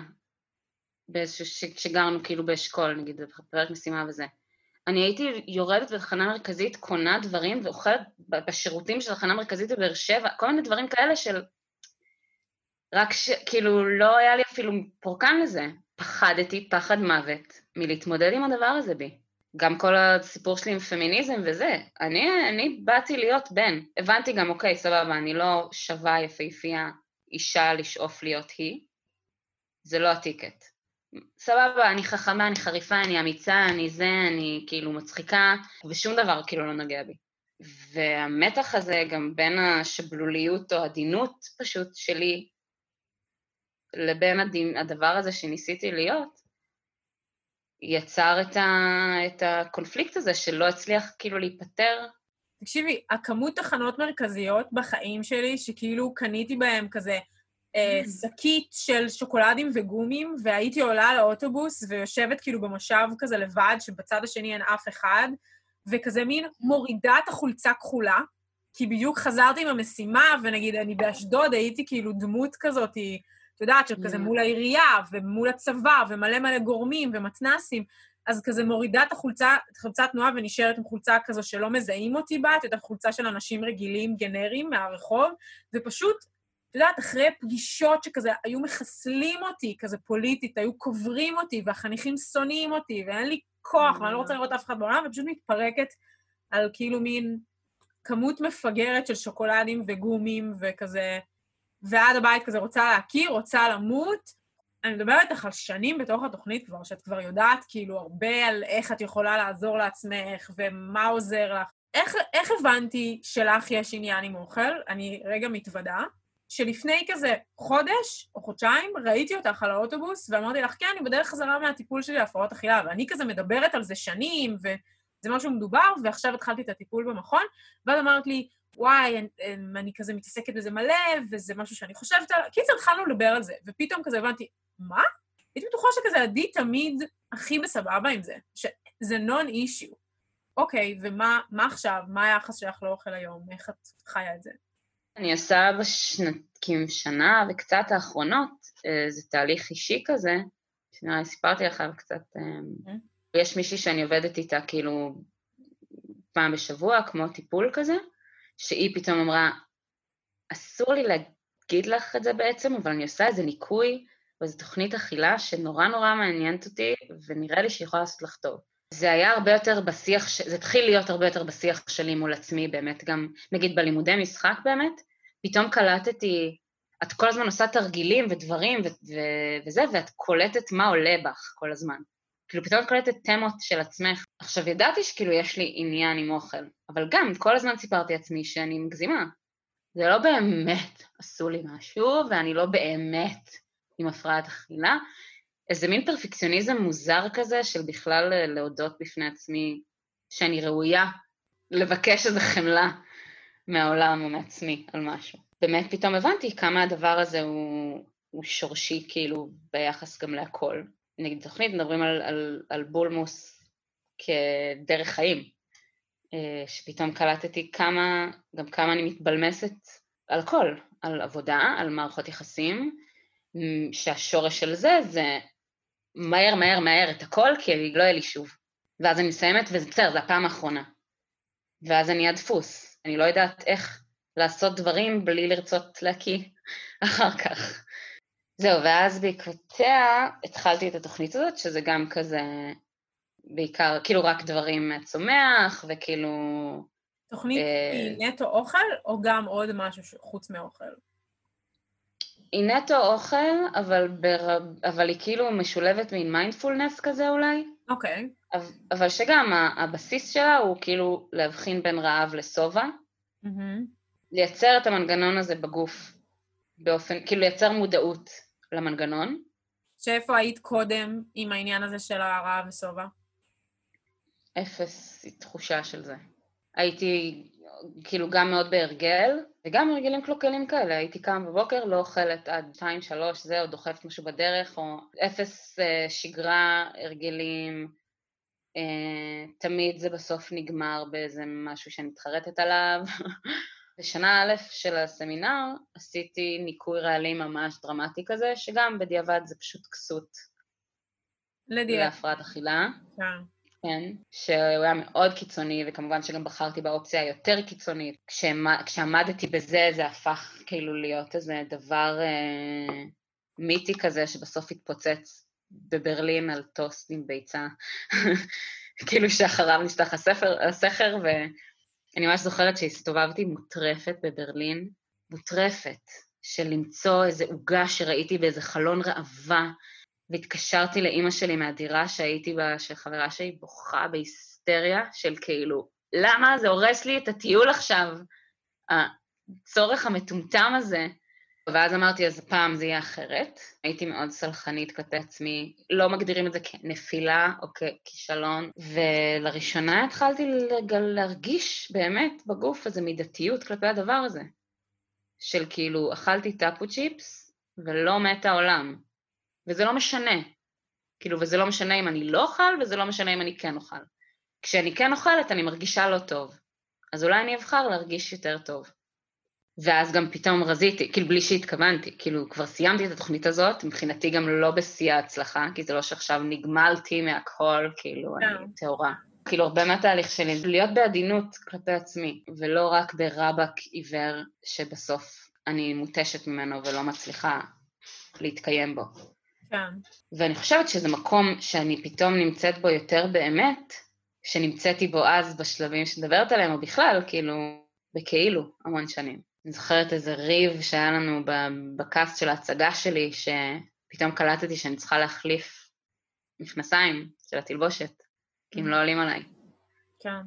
שגרנו כאילו באשכול, נגיד, בפרק משימה וזה. אני הייתי יורדת בתחנה מרכזית, קונה דברים, ואוכלת בשירותים של תחנה מרכזית בבאר שבע, כל מיני דברים כאלה של... רק כאילו לא היה לי אפילו פורקן לזה. פחדתי פחד מוות מלהתמודד עם הדבר הזה בי. גם כל הסיפור שלי עם פמיניזם וזה. אני באתי להיות בן. הבנתי גם, אוקיי, סבבה, אני לא שווה יפהפייה אישה לשאוף להיות היא. זה לא הטיקט. סבבה, אני חכמה, אני חריפה, אני אמיצה, אני כאילו מצחיקה, ושום דבר כאילו לא נוגע בי. והמתח הזה גם בין השבלוליות או העדינות פשוט שלי, לבין הדבר הזה שניסיתי להיות, יצר את הקונפליקט הזה שלא הצליח כאילו להיפטר. תקשיבי, הכמות תחנות מרכזיות בחיים שלי, שכאילו קניתי בהם כזה שקית של שוקולדים וגומים, והייתי עולה לאוטובוס ויושבת כאילו במושב כזה לבד, שבצד השני אין אף אחד, וכזה מין מורידה את החולצה כחולה, כי בדיוק חזרתי עם המשימה, ונגיד, אני באשדוד, הייתי כאילו דמות כזאת, את יודעת, שכזה מול העירייה, ומול הצבא, ומלא מלא גורמים, ומתנסים, אז כזה מורידה את חולצת תנועה, ונשארת עם חולצה כזו שלא מזהים אותי בה, את החולצה של אנשים רגילים, גנריים, מהרחוב, ופשוט, את יודעת, אחרי פגישות שכזה היו מחסלים אותי, כזה פוליטית, היו קוברים אותי, והחניכים שונאים אותי, ואין לי כוח, ואני לא רוצה לראות אף אחד בעולם, ופשוט מתפרקת על כאילו מין כמות מפגרת של שוקולדים וגומים וכזה, ועד הבית כזה רוצה להכיר, רוצה למות. אני מדברת איתך על שנים בתוך התוכנית כבר, שאת כבר יודעת כאילו הרבה על איך את יכולה לעזור לעצמך, ומה עוזר לך. איך הבנתי שלך יש עניין עם אוכל? אני רגע מתוודה. שלפני כזה חודש או חודשיים ראיתי אותך על האוטובוס, ואמרתי לך, כן, אני בדרך חזרה מהטיפול שלי להפרעות אכילה, ואני כזה מדברת על זה שנים, וזה משהו מדובר, ועכשיו התחלתי את הטיפול במכון, ואז אמרת לי, וואי, אני כזה מתעסקת בזה מלא, וזה משהו שאני חושבת על... קיצר, התחלנו לדבר על זה, ופתאום כזה הבנתי, מה? הייתי בטוחה שכזה עדי תמיד הכי בסבבה עם זה, שזה non-issue. אוקיי, ומה עכשיו? מה היחס שלך לאוכל היום? איך את חיה את זה? אני עושה שנה וקצת האחרונות, זה תהליך אישי כזה, שנראה, סיפרתי לך קצת, יש מישהי שאני עובדת איתה כאילו פעם בשבוע, כמו טיפול כזה, שהיא פתאום אמרה, אסור לי להגיד לך את זה בעצם, אבל אני עושה איזה ניקוי, וזו תוכנית אכילה שנורא נורא מעניינת אותי, ונראה לי שהיא יכולה לעשות לך טוב. זה היה הרבה יותר בשיח, זה התחיל להיות הרבה יותר בשיח שלי מול עצמי באמת, גם נגיד בלימודי משחק באמת, פתאום קלטתי, את כל הזמן עושה תרגילים ודברים וזה, ואת קולטת מה עולה בך כל הזמן. כאילו פתאום את קולטת תמות של עצמך. עכשיו ידעתי שכאילו יש לי עניין עם אוכל, אבל גם כל הזמן סיפרתי עצמי שאני מגזימה. זה לא באמת עשו לי משהו, ואני לא באמת עם הפרעת אכילה. איזה מין פרפקציוניזם מוזר כזה, של בכלל להודות בפני עצמי שאני ראויה, לבקש איזו חמלה מהעולם ומעצמי על משהו. באמת פתאום הבנתי כמה הדבר הזה הוא שורשי כאילו ביחס גם להכל. נגיד תוכנית מדברים על בולמוס כדרך חיים, שפתאום קלטתי גם כמה אני מתבלמסת על הכל, על עבודה, על מערכות יחסים, שהשורש של זה מהר את הכל, כי לא יהיה לי שוב. ואז אני מסיימת, וזה בסדר, זה הפעם האחרונה. ואז אני הדפוס. אני לא יודעת איך לעשות דברים בלי לרצות להקיא אחר כך. זהו, ואז בעקבותיה התחלתי את התוכנית הזאת, שזה גם כזה, בעיקר, כאילו רק דברים מהצומח, וכאילו... תוכנית היא נטו אוכל, או גם עוד משהו חוץ מאוכל? היא נטו אוכל, אבל היא כאילו משולבת מין מיינדפולנס כזה אולי. אוקיי. אבל שגם הבסיס שלה הוא כאילו להבחין בין רעב לשובע, לייצר את המנגנון הזה בגוף, כאילו לייצר מודעות למנגנון. שאיפה היית קודם עם העניין הזה של הרעב ושובע? אפס תחושה של זה. הייתי כאילו גם מאוד בהרגל, וגם הרגלים קלוקלים כאלה, הייתי קם בבוקר, לא אוכלת עד 2-3, זה, או דוחפת משהו בדרך, או אפס שגרה, הרגלים, תמיד זה בסוף נגמר באיזה משהו שאני מתחרטת עליו. בשנה א' של הסמינר עשיתי ניקוי רעלים ממש דרמטי כזה, שגם בדיעבד זה פשוט כסות להפרעת אכילה. כן, שהוא היה מאוד קיצוני, וכמובן שגם בחרתי באופציה היותר קיצונית. כשעמדתי בזה, זה הפך כאילו להיות איזה דבר מיתי כזה, שבסוף התפוצץ בברלין על טוסט עם ביצה, כאילו שאחריו נפתח הסכר, ואני ממש זוכרת שהסתובבתי מוטרפת בברלין, מוטרפת, של למצוא איזה עוגה שראיתי באיזה חלון ראווה, והתקשרתי לאמא שלי מהדירה שהייתי בה, של חברה שלי בוכה בהיסטריה, של כאילו, למה זה הורס לי את הטיול עכשיו, הצורך המטומטם הזה. ואז אמרתי, אז פעם זה יהיה אחרת. הייתי מאוד סלחנית כלפי עצמי, לא מגדירים את זה כנפילה או ככישלון, ולראשונה התחלתי להרגיש באמת בגוף איזו מידתיות כלפי הדבר הזה, של כאילו, אכלתי טאפו צ'יפס ולא מת העולם. וזה לא משנה, כאילו, וזה לא משנה אם אני לא אוכל, וזה לא משנה אם אני כן אוכל. כשאני כן אוכלת, אני מרגישה לא טוב. אז אולי אני אבחר להרגיש יותר טוב. ואז גם פתאום רזיתי, כאילו בלי שהתכוונתי, כאילו כבר סיימתי את התוכנית הזאת, מבחינתי גם לא בשיא ההצלחה, כי זה לא שעכשיו נגמלתי מהכל, כאילו אני תאורה. כאילו הרבה מהתהליך שלי, להיות בעדינות כלפי עצמי, ולא רק ברבק עיוור שבסוף אני מוטשת ממנו ולא מצליחה להתקיים בו. כן. ואני חושבת שזה מקום שאני פתאום נמצאת בו יותר באמת, שנמצאתי בו אז בשלבים שדברת עליהם, או בכלל, כאילו, בכאילו, המון שנים. אני זוכרת איזה ריב שהיה לנו בקאסט של ההצגה שלי, שפתאום קלטתי שאני צריכה להחליף מכנסיים של התלבושת, כי הם לא עולים עליי. כן.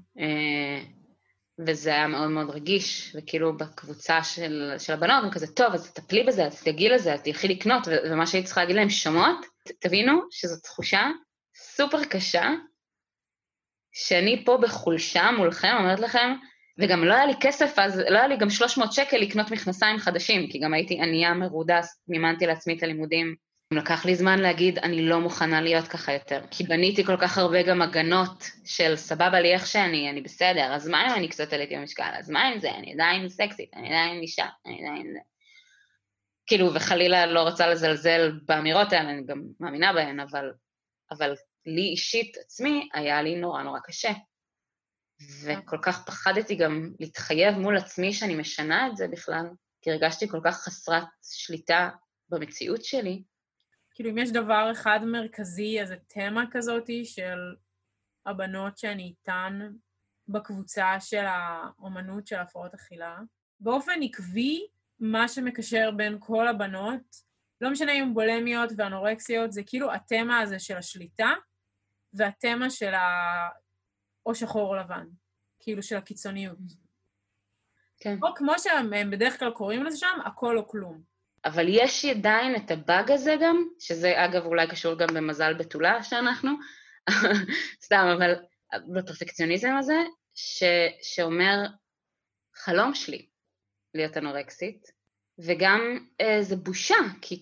וזה היה מאוד מאוד רגיש, וכאילו בקבוצה של הבנות, הם כזה, טוב, אז תטפלי בזה, אז תגיעי לזה, אז תלכי לקנות, ומה שהייתי צריכה להגיד להם, שומעות, תבינו שזו תחושה סופר קשה, שאני פה בחולשה מולכם, אומרת לכם, וגם לא היה לי כסף, אז לא היה לי גם 300 שקל לקנות מכנסיים חדשים, כי גם הייתי ענייה מרודה, מימנתי לעצמי את הלימודים. לקח לי זמן להגיד, אני לא מוכנה להיות ככה יותר, כי בניתי כל כך הרבה גם הגנות של סבבה לי איך שאני, אני בסדר, אז מה אם אני קצת עליתי במשקל, אז מה אם זה, אני עדיין סקסית, אני עדיין אישה, אני עדיין זה. כאילו, וחלילה לא רוצה לזלזל באמירות האלה, אני גם מאמינה בהן, אבל לי אישית עצמי היה לי נורא נורא קשה. וכל כך פחדתי גם להתחייב מול עצמי שאני משנה את זה בכלל, כי הרגשתי כל כך חסרת שליטה במציאות שלי. כאילו, אם יש דבר אחד מרכזי, איזו תמה כזאת של הבנות שאני איתן בקבוצה של האומנות של הפרעות אכילה, באופן עקבי, מה שמקשר בין כל הבנות, לא משנה אם בולמיות ואנורקסיות, זה כאילו התמה הזה של השליטה, והתמה של או שחור לבן, כאילו של הקיצוניות. כן. או כמו שהם בדרך כלל קוראים לזה שם, הכל או כלום. אבל יש עדיין את הבאג הזה גם, שזה אגב אולי קשור גם במזל בתולה שאנחנו, סתם, אבל בפרפקציוניזם הזה, שאומר, חלום שלי להיות אנורקסית, וגם זה בושה, כי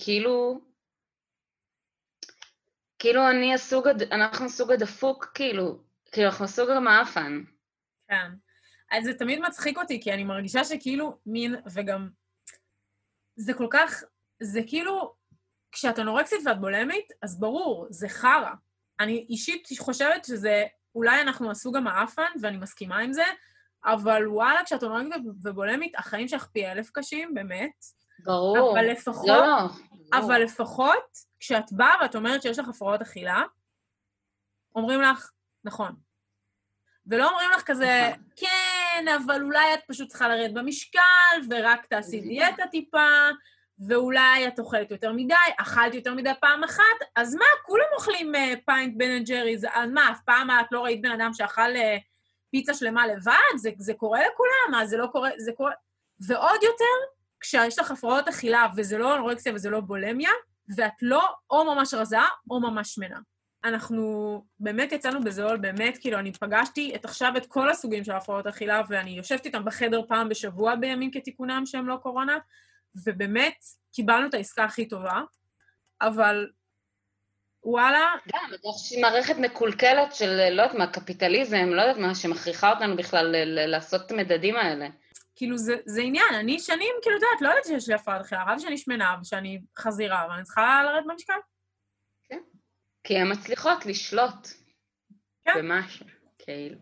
כאילו אנחנו סוג הדפוק, כאילו אנחנו סוג המאפן. כן. אז זה תמיד מצחיק אותי, כי אני מרגישה שכאילו מין, וגם זה כל כך, זה כאילו, כשאת אנורקסית ואת בולמית, אז ברור, זה חרא. אני אישית חושבת שזה, אולי אנחנו הסוג המאפן, ואני מסכימה עם זה, אבל וואלה, כשאת אנורקסית ובולמית, החיים שלך פי 1000 קשים, באמת. ברור. אבל לפחות, לא. אבל לפחות, כשאת באה ואת אומרת שיש לך הפרעות אכילה, אומרים לך, נכון. ולא אומרים לך כזה, כן, אבל אולי את פשוט צריכה לרדת במשקל, ורק תעשי דיאטה טיפה, ואולי את אוכלת יותר מדי, אכלת יותר מדי פעם אחת, אז מה, כולם אוכלים פיינט בן אנד ג'ריז, אז מה, אף פעם את לא ראית בן אדם שאכל פיצה שלמה לבד? זה קורה לכולם, אז זה לא קורה, זה קורה... ועוד יותר, כשיש לך הפרעות אכילה, וזה לא אנורקסיה וזה לא בולמיה, ואת לא או ממש רזה, או ממש שמנה. אנחנו באמת יצאנו בזול, באמת, כאילו, אני פגשתי עכשיו את כל הסוגים של הפרעות אכילה, ואני יושבת איתם בחדר פעם בשבוע בימים כתיקונם שהם לא קורונה, ובאמת קיבלנו את העסקה הכי טובה, אבל וואלה... גם, יש מערכת מקולקלת של, לא יודעת מה, קפיטליזם, לא יודעת מה, שמכריחה אותנו בכלל לעשות את המדדים האלה. כאילו, זה עניין, אני שנים, כאילו, יודעת, לא יודעת שיש לי הפרעת אכילה, רק שאני שמנה ושאני חזירה, ואני צריכה לרדת במשקל. כן. כי הן מצליחות לשלוט במשהו, כאילו.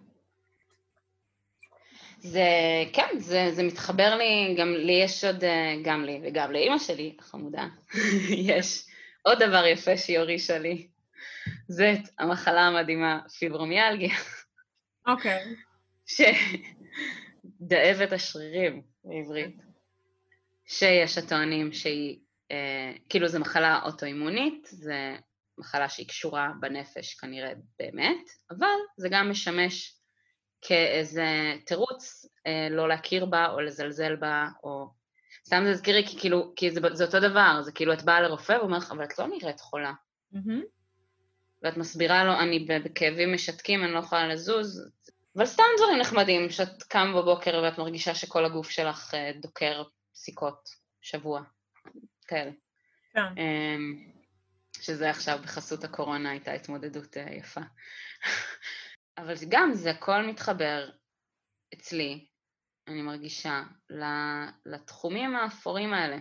זה מתחבר לי, גם לי יש עוד, גם לי וגם לאמא שלי, החמודה, יש עוד דבר יפה שהיא הורישה לי, זה המחלה המדהימה, פיברומיאלגיה. אוקיי. שדאבת השרירים בעברית, שיש הטוענים שהיא, כאילו זו מחלה אוטואימונית, זה מחלה שהיא קשורה בנפש כנראה באמת, אבל זה גם משמש כאיזה תירוץ לא להכיר בה או לזלזל בה, או סתם זה זכירי, כי זה אותו דבר, זה כאילו את באה לרופא ואומר לך, אבל את לא נראית חולה. ואת מסבירה לו, אני בכאבים משתקים, אני לא יכולה לזוז, אבל סתם דברים נחמדים, שאת קם בבוקר ואת מרגישה שכל הגוף שלך דוקר סיכות שבוע, כאלה. שזה עכשיו בחסות הקורונה הייתה התמודדות יפה. אבל גם זה הכל מתחבר אצלי אני מרגישה, לתחומים האפורים האלה,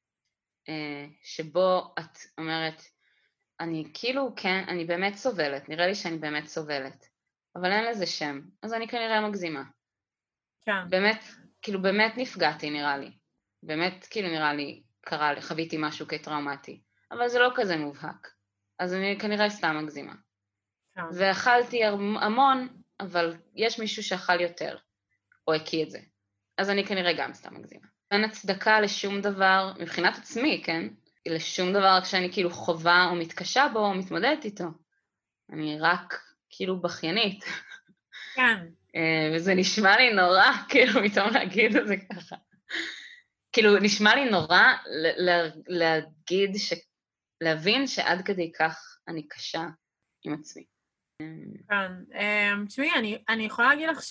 שבו את אומרת, אני כאילו, כן, אני באמת סובלת, נראה לי שאני באמת סובלת, אבל אין לזה שם, אז אני כנראה מגזימה. כן. באמת, כאילו באמת נפגעתי נראה לי, באמת כאילו נראה לי, חוויתי משהו כטראומטי, אבל זה לא כזה מובהק, אז אני כנראה סתם מגזימה. כן. ואכלתי המון, אבל יש מישהו שאכל יותר, או הקיא את זה, אז אני כנראה גם סתם מגזימה. אין הצדקה לשום דבר, מבחינת עצמי, כן? לשום דבר שאני כאילו חובה או מתקשה בו או מתמודדת איתו. אני רק כאילו בכיינית. כן. וזה נשמע לי נורא, כאילו, פתאום להגיד את זה ככה. כאילו, נשמע לי נורא להגיד, להבין שעד כדי כך אני קשה עם עצמי. כן. תשמעי, אני יכולה להגיד לך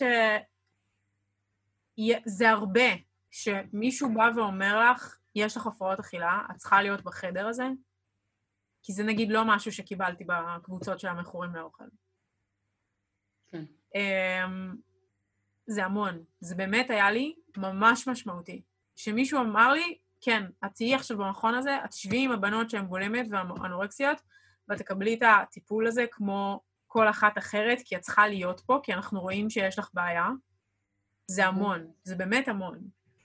שזה הרבה, שמישהו בא ואומר לך, יש לך הפרעות אכילה, את צריכה להיות בחדר הזה, כי זה נגיד לא משהו שקיבלתי בקבוצות של המכורים לאוכל. כן. זה המון. זה באמת היה לי ממש משמעותי. שמישהו אמר לי, כן, את תהיי עכשיו במכון הזה, את תשבי עם הבנות שהן בולמיות ואנורקסיות, ואת תקבלי את הטיפול הזה כמו כל אחת אחרת, כי את צריכה להיות פה, כי אנחנו רואים שיש לך בעיה. זה המון. זה באמת המון.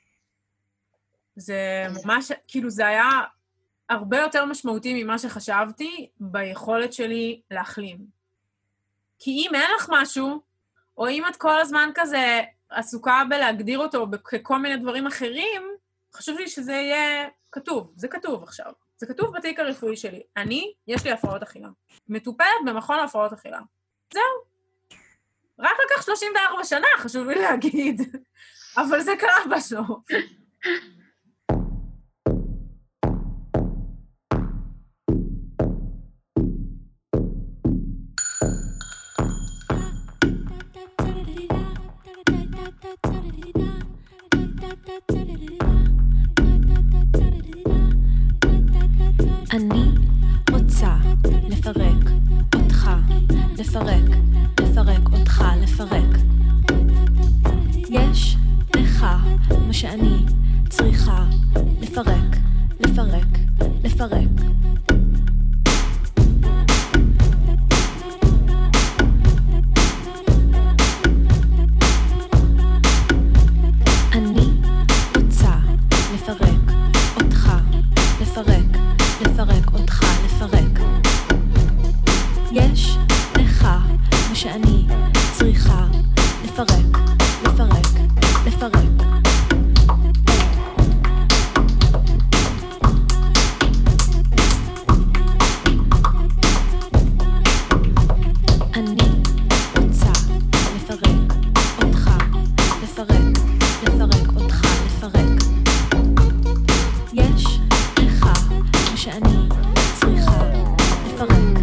זה ממש, כאילו זה היה הרבה יותר משמעותי ממה שחשבתי ביכולת שלי להחלים. כי אם אין לך משהו, או אם את כל הזמן כזה עסוקה בלהגדיר אותו ככל מיני דברים אחרים, חשוב לי שזה יהיה כתוב. זה כתוב עכשיו. זה כתוב בתיק הרפואי שלי. יש לי הפרעות אכילה. מטופלת במכון הפרעות אכילה. זהו. רק לקח 34 שנה, חשוב לי להגיד. אבל זה קרה בסוף. אני רוצה לפרק אותך, לפרק אותך, לפרק. יש לך מה שאני צריכה, לפרק. אני רוצה לפרק אותך, לפרק אותך, לפרק. יש לך מה שאני צריכה, לפרק. אני רוצה לפרק אותך, לפרק אותך, לפרק. יש לך מה שאני צריכה, לפרק.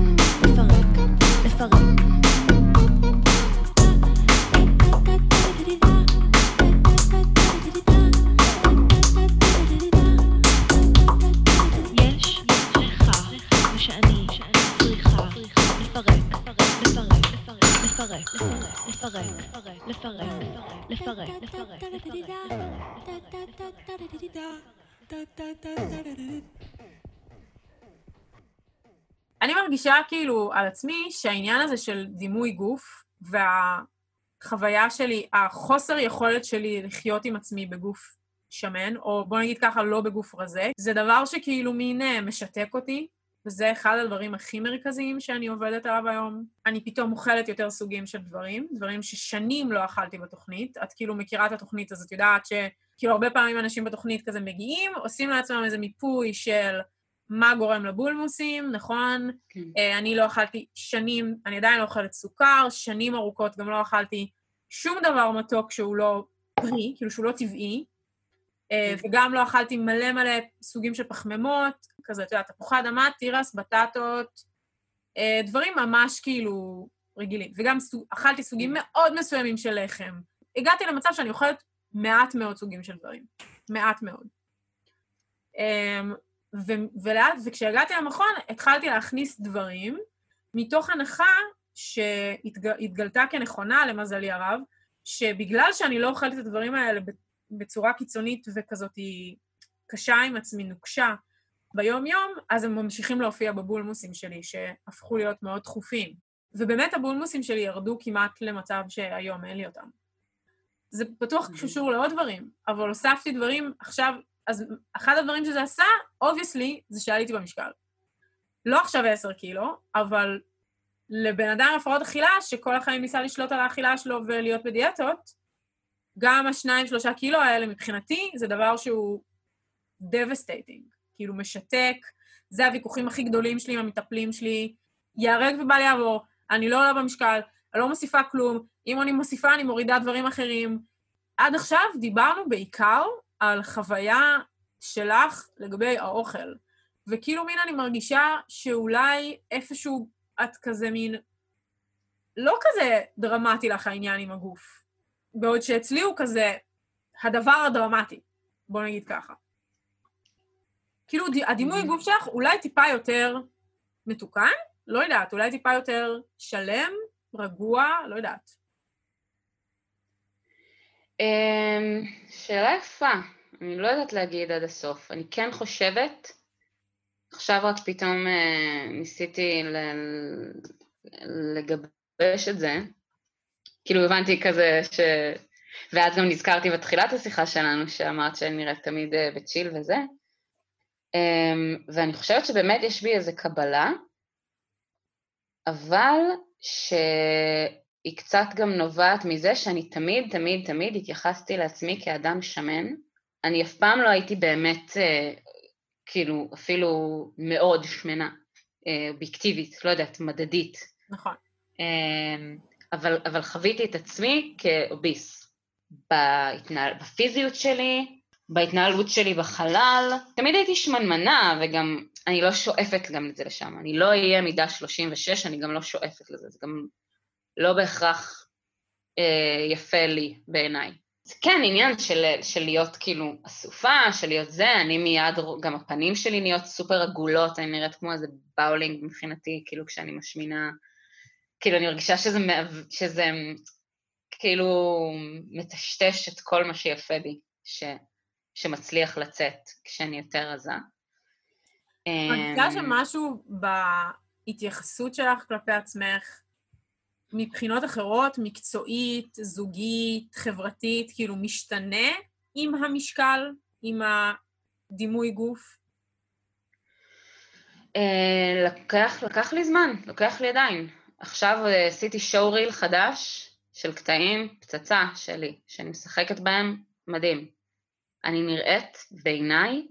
אני מרגישה כאילו על עצמי שהעניין הזה של דימוי גוף והחוויה שלי, החוסר יכולת שלי לחיות עם עצמי בגוף שמן, או בוא נגיד ככה לא בגוף רזה, זה דבר שכאילו מין משתק אותי, וזה אחד הדברים הכי מרכזיים שאני עובדת עליו היום. אני פתאום אוכלת יותר סוגים של דברים ששנים לא אכלתי בתוכנית. את כאילו מכירה את התוכנית, אז את יודעת שכאילו הרבה פעמים אנשים בתוכנית כזה מגיעים, עושים לעצמם איזה מיפוי של מה גורם לבולמוסים, נכון? כן. אני לא אכלתי שנים, אני עדיין לא אוכלת סוכר, שנים ארוכות גם לא אכלתי שום דבר מתוק שהוא לא פרי, כאילו שהוא לא טבעי, וגם לא אכלתי מלא סוגים של פחמימות, כזה, אתה יודע, תפוחי אדמה, תירס, בטטות, דברים ממש כאילו רגילים. וגם אכלתי סוגים מאוד מסוימים של לחם. הגעתי למצב שאני אוכלת מעט מאוד סוגים של דברים. מעט מאוד. וכשהגעתי למכון, התחלתי להכניס דברים, מתוך הנחה שהתגלתה כנכונה, למזלי הרב, שבגלל שאני לא אוכלת את הדברים האלה בצורה קיצונית וכזאת היא קשה עם עצמי, נוקשה, ביום-יום, אז הם ממשיכים להופיע בבולמוסים שלי, שהפכו להיות מאוד דחופים. ובאמת הבולמוסים שלי ירדו כמעט למצב שהיום אין לי אותם. זה בטוח קשור לעוד דברים, אבל הוספתי דברים עכשיו, אז אחד הדברים שזה עשה, obviously, זה שעליתי במשקל. לא עכשיו 10 קילו, אבל לבן אדם הפרעות אכילה, שכל החיים ניסה לשלוט על האכילה שלו ולהיות בדיאטות, גם 2-3 קילו האלה מבחינתי, זה דבר שהוא devastating, כאילו משתק, זה הוויכוחים הכי גדולים שלי עם המטפלים שלי, יהרג ובל יעבור, אני לא עולה במשקל, אני לא מוסיפה כלום, אם אני מוסיפה אני מורידה דברים אחרים. עד עכשיו דיברנו בעיקר על חוויה שלך לגבי האוכל, וכאילו מין אני מרגישה שאולי איפשהו את כזה מין, לא כזה דרמטי לך העניין עם הגוף, בעוד שאצלי הוא כזה הדבר הדרמטי, בוא נגיד ככה. כאילו הדימוי גוף שלך אולי טיפה יותר מתוקן, לא יודעת, אולי טיפה יותר שלם, רגוע, לא יודעת. שאלה יפה, אני לא יודעת להגיד עד הסוף. אני כן חושבת, עכשיו רק פתאום ניסיתי לגבש את זה, כאילו הבנתי כזה ואז גם נזכרתי בתחילת השיחה שלנו, שאמרת שאני נראית תמיד בצ'יל וזה, ואני חושבת שבאמת יש בי איזו קבלה, אבל שהיא קצת גם נובעת מזה שאני תמיד התייחסתי לעצמי כאדם שמן. אני אף פעם לא הייתי באמת, כאילו, אפילו מאוד שמנה, אובייקטיבית, לא יודעת, מדדית. נכון. אבל חוויתי את עצמי כאוביס. בפיזיות שלי, בהתנהלות שלי בחלל, תמיד הייתי שמנמנה, וגם אני לא שואפת גם את זה לשם. אני לא אהיה מידה 36, אני גם לא שואפת לזה, זה גם לא בהכרח יפה לי בעיניי. זה כן עניין של להיות כאילו אסופה, של להיות זה, אני מיד, גם הפנים שלי נהיות סופר עגולות, אני נראית כמו איזה באולינג מבחינתי, כאילו כשאני משמינה, כאילו אני מרגישה שזה כאילו מטשטש את כל מה שיפה בי, שמצליח לצאת כשאני יותר רזה. אני חושבת שמשהו בהתייחסות שלך כלפי עצמך, מבחינות אחרות, מקצועית, זוגית, חברתית, כאילו משתנה עם המשקל, עם הדימוי גוף? לקח לי זמן, לוקח לי עדיין. עכשיו עשיתי שואו ריל חדש של קטעים, פצצה שלי, שאני משחקת בהם, מדהים. אני נראית בעיניי,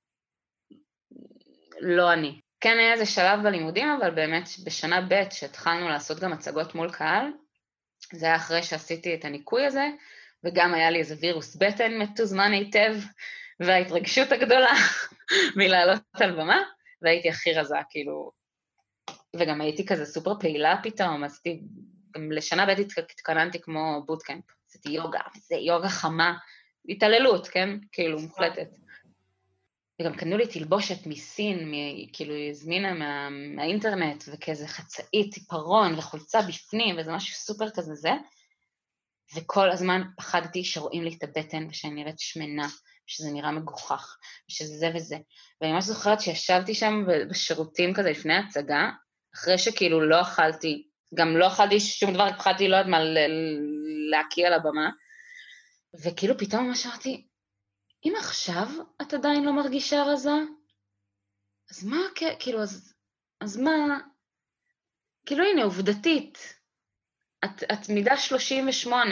לא אני. כן היה איזה שלב בלימודים, אבל באמת בשנה ב' שהתחלנו לעשות גם הצגות מול קהל, זה היה אחרי שעשיתי את הניקוי הזה, וגם היה לי איזה וירוס בטן מתוזמן היטב, וההתרגשות הגדולה מלעלות על במה, והייתי הכי רזה, כאילו, וגם הייתי כזה סופר פעילה פתאום, עשיתי, גם לשנה ב' התכוננתי כמו בוטקאמפ, עשיתי יוגה, וזה יוגה חמה, התעללות, כן? כאילו, מוחלטת. וגם קנו לי תלבושת מסין, כאילו היא הזמינה מהאינטרנט, וכזה חצאית, ציפרון וחולצה בפנים, וזה משהו סופר כזה זה, וכל הזמן פחדתי שרואים לי את הבטן, ושאני נראית שמנה, שזה נראה מגוחך, ושזה וזה. ואני ממש זוכרת שישבתי שם בשירותים כזה לפני הצגה, אחרי שכאילו לא אכלתי, גם לא אכלתי שום דבר, פחדתי לא יודעת מה להקיע על הבמה, וכאילו פתאום ממש אמרתי, אם עכשיו את עדיין לא מרגישה רזה, אז מה, כאילו, אז מה, כאילו הנה, עובדתית, את מידה 38,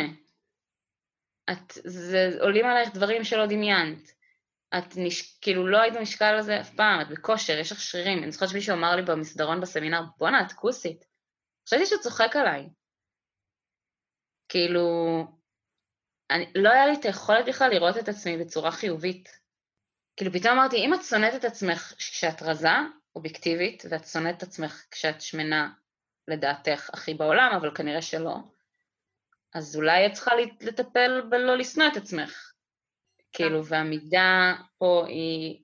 עולים עלייך דברים שלא דמיינת, כאילו לא היית במשקל הזה אף פעם, את בכושר, יש לך שרירים, אני זוכרת שמישהו אמר לי במסדרון בסמינר, בואנה, את כוסית, חשבתי שהוא צוחק עליי, כאילו, לא היה לי את היכולת בכלל לראות את עצמי בצורה חיובית. כאילו פתאום אמרתי, אם את שונאת את עצמך כשאת רזה, אובייקטיבית, ואת שונאת את עצמך כשאת שמנה לדעתך הכי בעולם, אבל כנראה שלא, אז אולי את צריכה לטפל בלא לשנוא את עצמך. כאילו, והמידה פה היא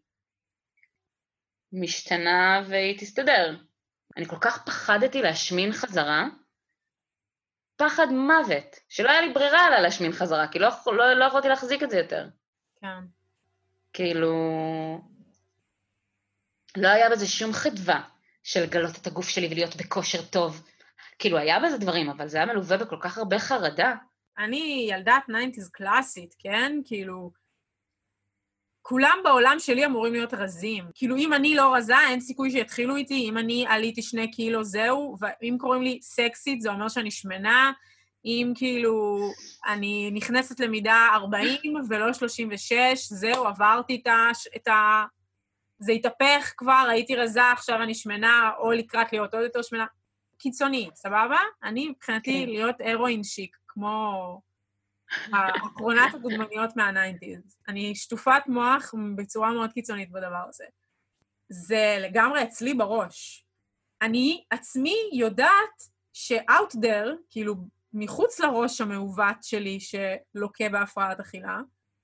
משתנה והיא תסתדר. אני כל כך פחדתי להשמין חזרה, פחד מוות, שלא היה לי ברירה לה להשמין חזרה, כי לא יכולתי להחזיק את זה יותר. כן. כאילו, לא היה בזה שום חדווה של לגלות את הגוף שלי ולהיות בכושר טוב. כאילו, היה בזה דברים, אבל זה היה מלווה בכל כך הרבה חרדה. אני ילדת 90s קלאסית, כן? כאילו, כולם בעולם שלי אמורים להיות רזים. כאילו, אם אני לא רזה, אין סיכוי שיתחילו איתי. אם אני עליתי 2 קילו, זהו. ואם קוראים לי סקסית, זה אומר שאני שמנה. אם כאילו, אני נכנסת למידה 40 ולא 36, זהו, עברתי זה התהפך כבר, הייתי רזה, עכשיו אני שמנה, או לקראת להיות עוד יותר שמנה. קיצוני, סבבה? אני מבחינתי להיות הרואין שיק, כמו האחרונת הדוגמניות מה-90s. אני שטופת מוח בצורה מאוד קיצונית בדבר הזה. זה לגמרי אצלי בראש. אני עצמי יודעת ש-out there, כאילו מחוץ לראש המעוות שלי שלוקה בהפרעת אכילה,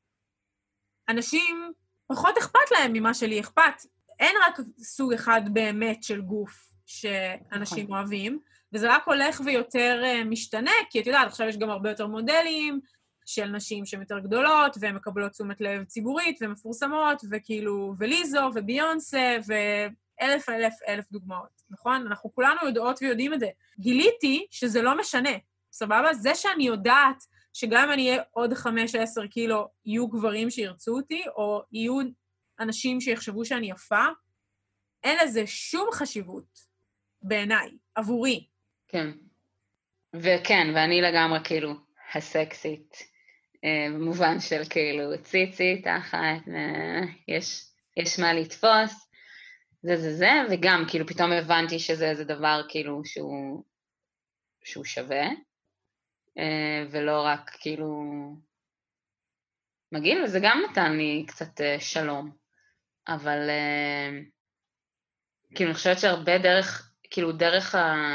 אנשים פחות אכפת להם ממה שלי אכפת. אין רק סוג אחד באמת של גוף שאנשים אוהבים, וזה רק הולך ויותר משתנה, כי את יודעת, עכשיו יש גם הרבה יותר מודלים של נשים שהן יותר גדולות, והן מקבלות תשומת לב ציבורית, ומפורסמות, וכאילו, וליזו, וביונסה, אלף דוגמאות, נכון? אנחנו כולנו יודעות ויודעים את זה. גיליתי שזה לא משנה, סבבה? זה שאני יודעת שגם אם אני אהיה עוד 5-10 קילו, יהיו גברים שירצו אותי, או יהיו אנשים שיחשבו שאני יפה, אין לזה שום חשיבות בעיניי, עבורי. כן. וכן, ואני לגמרי כאילו הסקסית, במובן של כאילו ציצי, תחת, יש מה לתפוס, זה, וגם כאילו פתאום הבנתי שזה איזה דבר כאילו שהוא שווה, ולא רק כאילו מגעיל, וזה גם נתן לי קצת שלום, אבל כאילו אני חושבת שהרבה דרך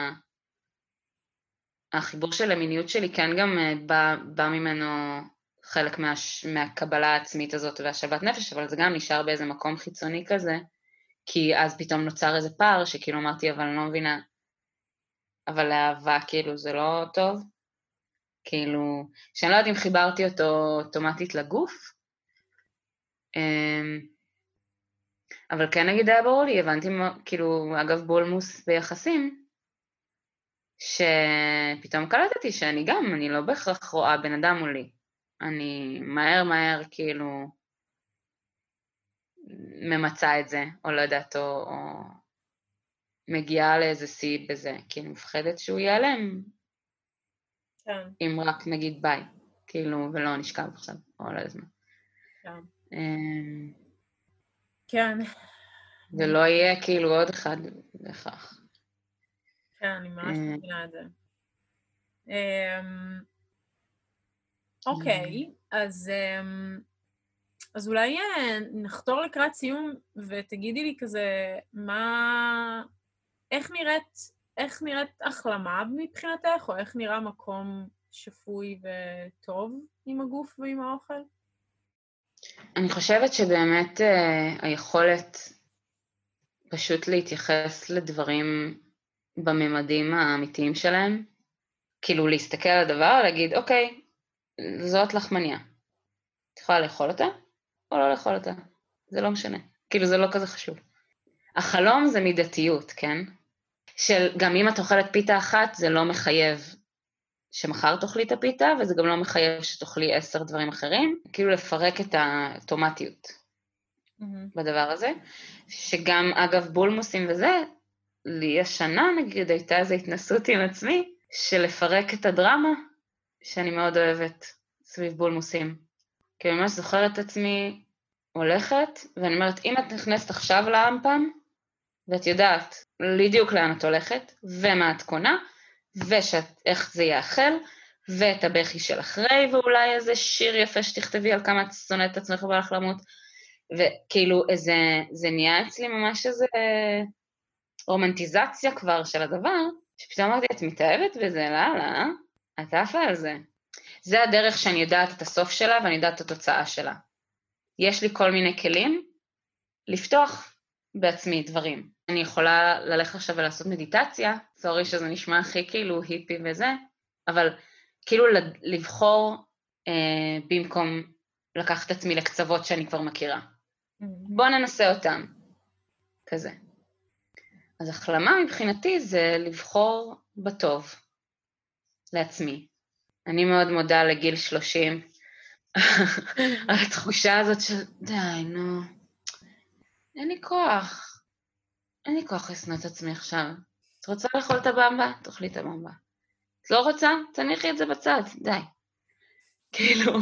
החיבור של המיניות שלי כן גם בא ממנו חלק מהקבלה העצמית הזאת והשבת נפש, אבל זה גם נשאר באיזה מקום חיצוני כזה, כי אז פתאום נוצר איזה פער שכאילו אמרתי, אבל אני לא מבינה, אבל לאהבה כאילו זה לא טוב, כאילו, שאני לא יודעת אם חיברתי אותו אוטומטית לגוף, אבל כן נגיד היה ברור לי, הבנתי כאילו, אגב בולמוס ביחסים, שפתאום קלטתי שאני גם, אני לא בהכרח רואה בן אדם מולי, אני מהר כאילו ממצא את זה, או לא יודעת, או מגיעה לאיזה שיא בזה, כי אני מפחדת שהוא ייעלם, כן. אם רק נגיד ביי, כאילו, ולא נשכב עכשיו, או לא יודעת מה. כן. ולא יהיה כאילו עוד אחד בהכרח. כן, אני ממש מבינה את זה. אוקיי, אז אולי נחתור לקראת סיום, ותגידי לי כזה, איך נראית החלמה מבחינתך, או איך נראה מקום שפוי וטוב עם הגוף ועם האוכל? אני חושבת שבאמת היכולת פשוט להתייחס לדברים בממדים האמיתיים שלהם, כאילו להסתכל על הדבר, להגיד, אוקיי, זאת לחמניה. את יכולה לאכול אותה, או לא לאכול אותה. זה לא משנה. כאילו זה לא כזה חשוב. החלום זה מידתיות, כן? שגם אם את אוכלת פיתה אחת, זה לא מחייב שמחר תאכלי את הפיתה, וזה גם לא מחייב שתאכלי 10 דברים אחרים. כאילו לפרק את האוטומטיות בדבר הזה. שגם, אגב, בולמוסים וזה, לי השנה, נגיד, הייתה איזו התנסות עם עצמי, של לפרק את הדרמה, שאני מאוד אוהבת סביב בולמוסים. כי אני ממש זוכרת את עצמי הולכת, ואני אומרת, אם את נכנסת עכשיו לאמפם, ואת יודעת בדיוק לאן את הולכת, ומה את קונה, ואיך זה יאכל, ואת הבכי של אחרי, ואולי איזה שיר יפה שתכתבי על כמה את שונאת את עצמך ובא לך למות, וכאילו זה נהיה אצלי ממש איזה רומנטיזציה כבר של הדבר, שפתאום אמרתי, את מתאהבת בזה, לא, את עפה על זה. זה הדרך שאני יודעת את הסוף שלה, ואני יודעת את התוצאה שלה. יש לי כל מיני כלים לפתוח בעצמי דברים. אני יכולה ללכת עכשיו ולעשות מדיטציה, סורי שזה נשמע הכי כאילו היפי וזה, אבל כאילו לבחור במקום לקחת את עצמי לקצוות שאני כבר מכירה. בוא ננסה אותם, כזה. אז החלמה מבחינתי זה לבחור בטוב לעצמי. אני מאוד מודה לגיל 30, על התחושה הזאת של, די, נו, אין לי כוח לסנות את עצמי עכשיו. את רוצה לאכול את הבמבה? תאכלי את הבמבה. את לא רוצה? תניחי את זה בצד, די. כאילו,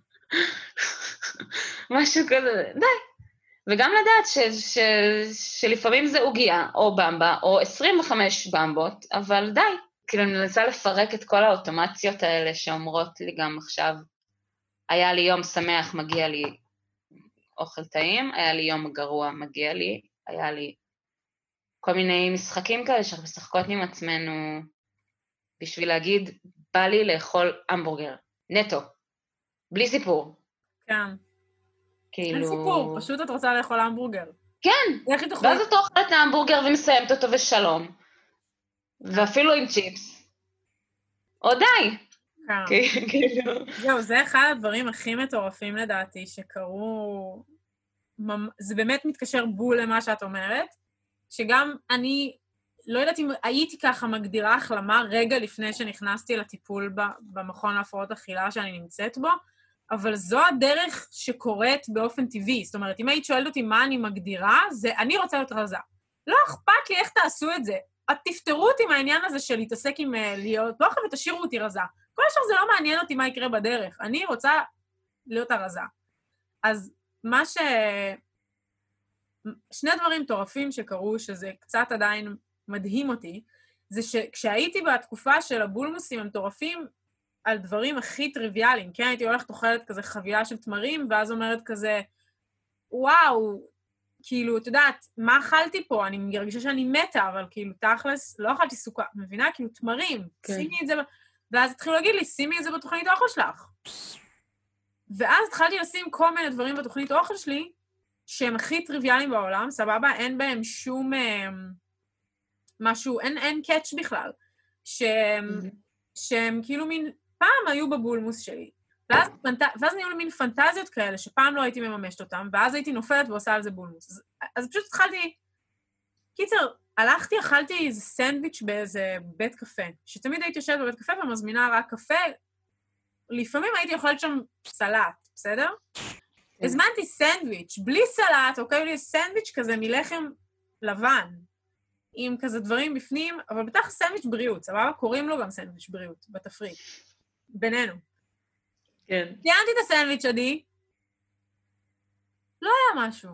משהו כזה, די. וגם לדעת שלפעמים זה עוגיה, או במבה, או 25 במבות, אבל די. כאילו, אני מנסה לפרק את כל האוטומציות האלה שאומרות לי גם עכשיו, היה לי יום שמח, מגיע לי אוכל טעים, היה לי יום גרוע, מגיע לי, היה לי כל מיני משחקים כאלה שאנחנו משחקות עם עצמנו, בשביל להגיד, בא לי לאכול המבורגר, נטו, בלי סיפור. כן. כאילו... אין סיפור, פשוט את רוצה לאכול המבורגר. כן, ואז את אוכלת את ההמבורגר ומסיימת אותו ושלום. ואפילו עם צ'יפס. או די. זהו, זה אחד הדברים הכי מטורפים לדעתי, שקרו... זה באמת מתקשר בול למה שאת אומרת, שגם אני לא יודעת אם הייתי ככה מגדירה החלמה רגע לפני שנכנסתי לטיפול במכון להפרעות אכילה שאני נמצאת בו, אבל זו הדרך שקורית באופן טבעי. זאת אומרת, אם היית שואלת אותי מה אני מגדירה, זה אני רוצה להיות רזה. לא אכפת לי איך תעשו את זה. את תפתרו אותי מהעניין הזה של להתעסק עם להיות, לא אכפת ותשאירו אותי רזה. כל השאר זה לא מעניין אותי מה יקרה בדרך. אני רוצה להיות הרזה. אז מה שני דברים מטורפים שקרו, שזה קצת עדיין מדהים אותי, זה שכשהייתי בתקופה של הבולמוסים המטורפים, על דברים הכי טריוויאליים, כן? הייתי הולכת אוכלת כזה חבילה של תמרים, ואז אומרת כזה, וואו, כאילו, את יודעת, מה אכלתי פה? אני מרגישה שאני מתה, אבל כאילו, תכלס, לא אכלתי סוכר, מבינה? כאילו, תמרים, כן. שימי את זה, ואז התחילו להגיד לי, שימי את זה בתוכנית האוכל שלך. ואז התחלתי לשים כל מיני דברים בתוכנית האוכל שלי, שהם הכי טריוויאליים בעולם, סבבה? אין בהם שום משהו, אין קאץ' בכלל, שהם כאילו מין, פעם היו בבולמוס שלי, ואז נהיו לי מין פנטזיות כאלה, שפעם לא הייתי מממשת אותם, ואז הייתי נופלת ועושה על זה בולמוס. אז פשוט התחלתי, קיצר, הלכתי, אכלתי איזה סנדוויץ' באיזה בית קפה, שתמיד הייתי יושבת בבית קפה ומזמינה רק קפה, לפעמים הייתי אוכלת שם סלט, בסדר? הזמנתי סנדוויץ', בלי סלט, אוקיי, לי סנדוויץ' כזה מלחם לבן, עם כזה דברים בפנים, אבל בטח סנדוויץ' בריאות, סבבה? קוראים לו גם סנדוויץ' בריאות, בתפריט. בינינו. כן. ציינתי את הסנדוויץ' עדי, לא היה משהו.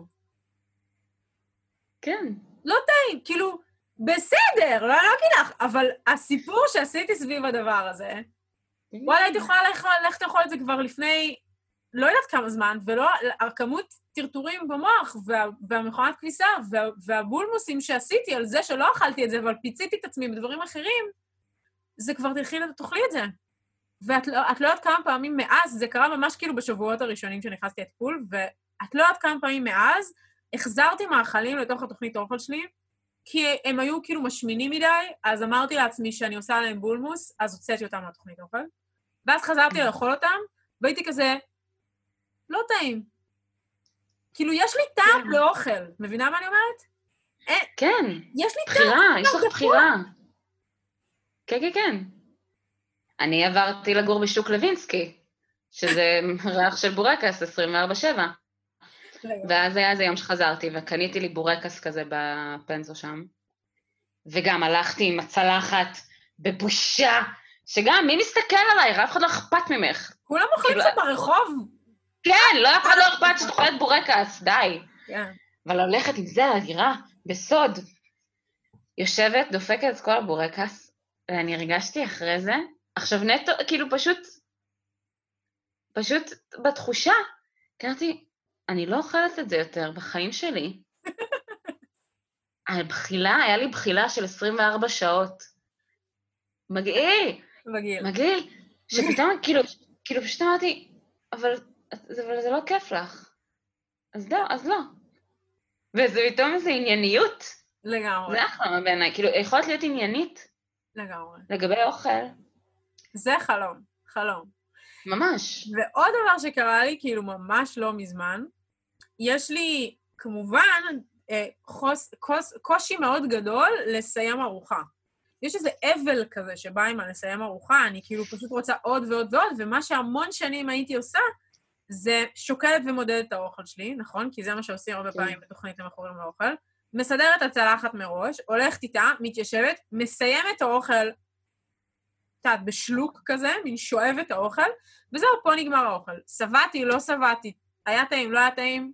כן. לא טעים, כאילו, בסדר, לא לך, אבל הסיפור שעשיתי סביב הדבר הזה, וואלה, הייתי יכולה ללכת לאכול את זה כבר לפני, לא יודעת כמה זמן, ולא, הכמות טרטורים במוח, והמכונת כביסה, והבולמוסים שעשיתי על זה שלא אכלתי את זה, אבל פיציתי את עצמי בדברים אחרים, זה כבר תאכלי את זה. ואת לא יודעת כמה פעמים מאז, זה קרה ממש כאילו בשבועות הראשונים שנכנסתי לטיפול, ואת לא יודעת כמה פעמים מאז, החזרתי מאכלים לתוך התוכנית אוכל שלי, כי הם היו כאילו משמינים מדי, אז אמרתי לעצמי שאני עושה עליהם בולמוס, אז הוצאתי אותם לתוכנית אוכל, ואז חזרתי לאכול אותם, והייתי כזה, לא טעים. כאילו, יש לי טעם לאוכל, מבינה מה אני אומרת? כן. יש לי בחירה, יש לך בחירה. כן, כן, כן. אני עברתי לגור בשוק לוינסקי, שזה ריח של בורקס 24/7. ואז היה איזה יום שחזרתי, וקניתי לי בורקס כזה בפנזו שם, וגם הלכתי עם הצלחת בבושה, שגם מי מסתכל עליי? אף אחד לא אכפת ממך. כולם אוכלים שם ברחוב. כן, לא אף אחד לא אכפת שאת אוכלת בורקס, די. כן. אבל הולכת עם זה לדירה, בסוד. יושבת, דופקת את כל הבורקס, ואני הרגשתי אחרי זה, עכשיו נטו, כאילו פשוט בתחושה, קראתי, אני לא אוכלת את זה יותר בחיים שלי. היה לי בחילה של 24 שעות. מגעיל. שפתאום, כאילו פשוט אמרתי, אבל זה לא כיף לך. אז לא. וזה פתאום איזו ענייניות. לגמרי. זה אחלה בעיניי, כאילו, יכולת להיות עניינית. לגמרי. לגבי אוכל, זה חלום, חלום. ממש. ועוד דבר שקרה לי, כאילו ממש לא מזמן, יש לי כמובן קושי מאוד גדול לסיים ארוחה. יש איזה אבל כזה שבא עם לסיים ארוחה, אני כאילו פשוט רוצה עוד ועוד ועוד, ומה שהמון שנים הייתי עושה, זה שוקלת ומודדת את האוכל שלי, נכון? כי זה מה שעושים הרבה פעמים בתוכנית למכורים לאוכל. מסדרת את הצלחת מראש, הולכת איתה, מתיישבת, מסיימת את האוכל, תעת, בשלוק כזה, מין שואב את האוכל, וזהו, פה נגמר האוכל. סבעתי, לא סבעתי, היה טעים, לא היה טעים,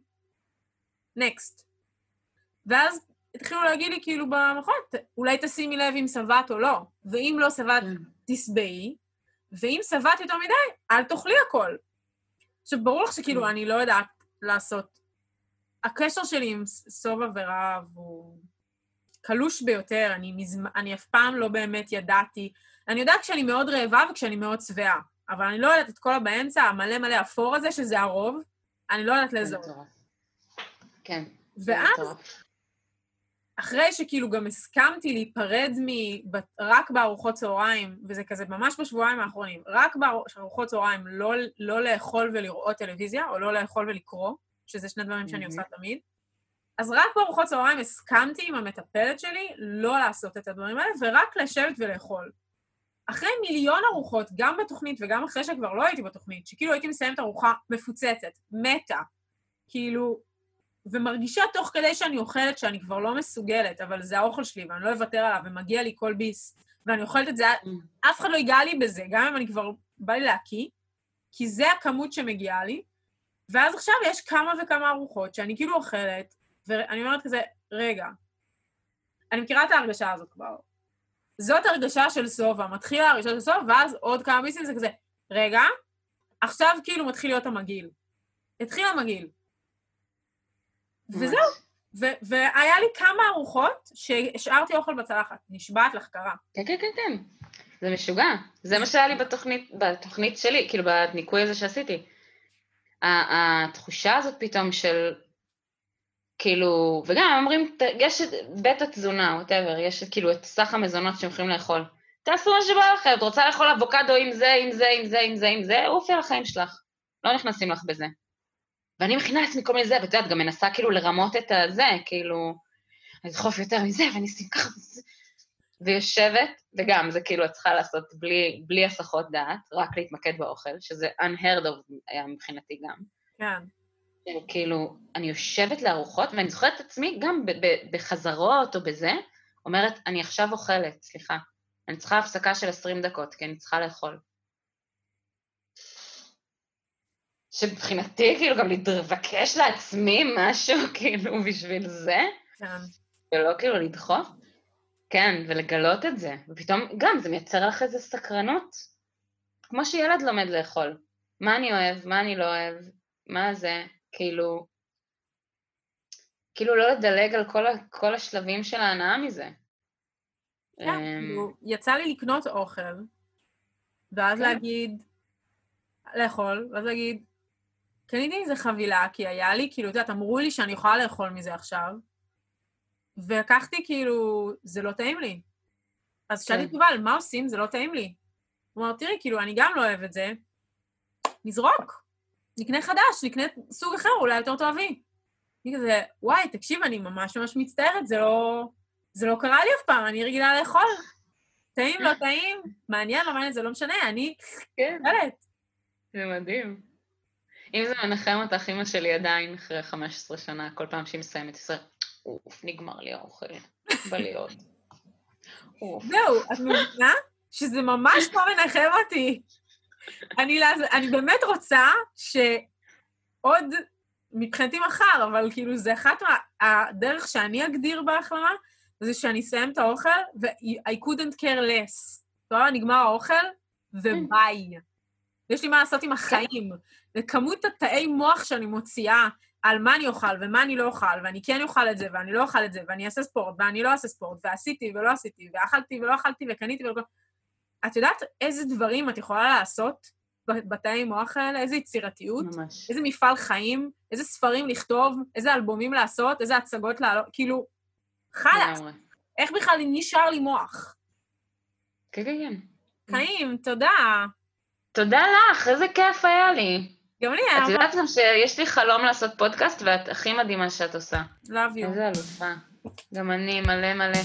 נקסט. ואז התחילו להגיד לי כאילו במכון, אולי תשימי לב אם סבעת או לא, ואם לא סבעת, תסבעי, ואם סבעת יותר מדי, אל תאכלי הכל. עכשיו, ברור לך שכאילו אני לא יודעת לעשות, הקשר שלי עם סובה ורעב הוא קלוש ביותר, אני אף פעם לא באמת ידעתי, אני יודעת כשאני מאוד רעבה וכשאני מאוד שבעה, אבל אני לא יודעת את כל הבאמצע, המלא מלא אפור הזה, שזה הרוב, אני לא יודעת לזהות. כן. ואז, אחרי שכאילו גם הסכמתי להיפרד רק בארוחות צהריים, וזה כזה ממש בשבועיים האחרונים, רק בארוחות צהריים לא לאכול ולראות טלוויזיה, או לא לאכול ולקרוא, שזה שני דברים שאני עושה תמיד, אז רק בארוחות צהריים הסכמתי עם המטפלת שלי לא לעשות את הדברים האלה, ורק לשבת ולאכול. אחרי מיליון ארוחות, גם בתוכנית וגם אחרי שכבר לא הייתי בתוכנית, שכאילו הייתי מסיימת ארוחה מפוצצת, מתה, כאילו, ומרגישה תוך כדי שאני אוכלת שאני כבר לא מסוגלת, אבל זה האוכל שלי ואני לא אוותר עליו, ומגיע לי כל ביס, ואני אוכלת את זה, אף אחד לא יגע לי בזה, גם אם אני כבר בא לי להקיא, כי זה הכמות שמגיעה לי, ואז עכשיו יש כמה וכמה ארוחות שאני כאילו אוכלת, ואני אומרת כזה, רגע, אני מכירה את ההרגשה הזאת כבר. זאת הרגשה של סובה, מתחילה הרגשה של סובה, ואז עוד כמה ביסים זה כזה, רגע, עכשיו כאילו מתחיל להיות המגיל. התחיל המגיל. וזהו. והיה לי כמה ארוחות שהשארתי אוכל בצלחת. נשבעת לך, קרה. כן, כן, כן, כן. זה משוגע. זה מה שהיה לי בתוכנית שלי, כאילו בניקוי הזה שעשיתי. התחושה הזאת פתאום של, כאילו, וגם אומרים, יש בית התזונה, whatever, יש כאילו את סך המזונות שהם יכולים לאכול. תעשו מה שבא לכם, את רוצה לאכול אבוקדו עם זה, עם זה, עם זה, עם זה, עם זה, אופי על החיים שלך. לא נכנסים לך בזה. ואני מכינה לעצמי כל מיני זה, ואת יודעת, גם מנסה כאילו לרמות את הזה, כאילו, אני אדחוף יותר מזה, ואני אשים ככה, ויושבת, וגם זה כאילו את צריכה לעשות בלי הסחות דעת, רק להתמקד באוכל, שזה unheard of היה מבחינתי גם. כן. כאילו, אני יושבת לארוחות, ואני זוכרת את עצמי גם בחזרות או בזה, אומרת, אני עכשיו אוכלת, סליחה, אני צריכה הפסקה של 20 דקות, כי אני צריכה לאכול. שבבחינתי, כאילו, גם לבקש לעצמי משהו, כאילו, בשביל זה, כן. ולא כאילו לדחוף, כן, ולגלות את זה, ופתאום גם זה מייצר לך איזו סקרנות, כמו שילד לומד לאכול, מה אני אוהב, מה אני לא אוהב, מה זה, כאילו לא לדלג על כל השלבים של ההנאה מזה. כן, יצא לי לקנות אוכל, ואז להגיד, לאכול, ואז להגיד, קניתי איזה חבילה, כי היה לי, כאילו, אתה יודעת, אמרו לי שאני יכולה לאכול מזה עכשיו, ולקחתי, כאילו, זה לא טעים לי. אז שאלתי תובל, מה עושים? זה לא טעים לי. הוא אמר, תראי, כאילו, אני גם לא אוהב את זה, נזרוק, נקנה חדש, נקנה סוג אחר, אולי יותר תאהבי. אני כזה, וואי, תקשיב, אני ממש ממש מצטערת, זה לא קרה לי אף פעם, אני רגילה לאכול. טעים, לא טעים, מעניין, לא מעניין, זה לא משנה, אני חלט. זה מדהים. אם זה מנחם אותך, אמא שלי עדיין אחרי 15 שנה, כל פעם שהיא מסיימת, היא אוף, נגמר לי האוכל, בא לי עוד. זהו, את מבינה? שזה ממש לא מנחם אותי. אני באמת רוצה שעוד, מבחינתי מחר, אבל כאילו זה אחת מהדרך שאני אגדיר בהחלמה, זה שאני אסיים את האוכל, ו-I couldn't care less. טוב, נגמר האוכל, וביי. יש לי מה לעשות עם החיים. וכמות התאי מוח שאני מוציאה על מה אני אוכל ומה אני לא אוכל, ואני כן אוכל את זה ואני לא אוכל את זה, ואני אעשה ספורט ואני לא אעשה ספורט, ועשיתי ולא עשיתי, ואכלתי ולא אכלתי, וקניתי ולא... את יודעת איזה דברים את יכולה לעשות בתאי מוח האלה? איזה יצירתיות? ממש. איזה מפעל חיים? איזה ספרים לכתוב? איזה אלבומים לעשות? איזה הצגות לעלות? כאילו, חלאס. איך בכלל נשאר לי מוח? כן, כן, כן. חיים, תודה. תודה לך, איזה כיף היה לי. גם לי את היה... יודעת גם שיש לי חלום לעשות פודקאסט, ואת הכי מדהימה שאת עושה. love you. איזה אלופה. גם אני, מלא מלא.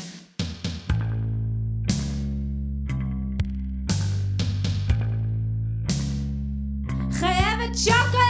חייבת שוקולד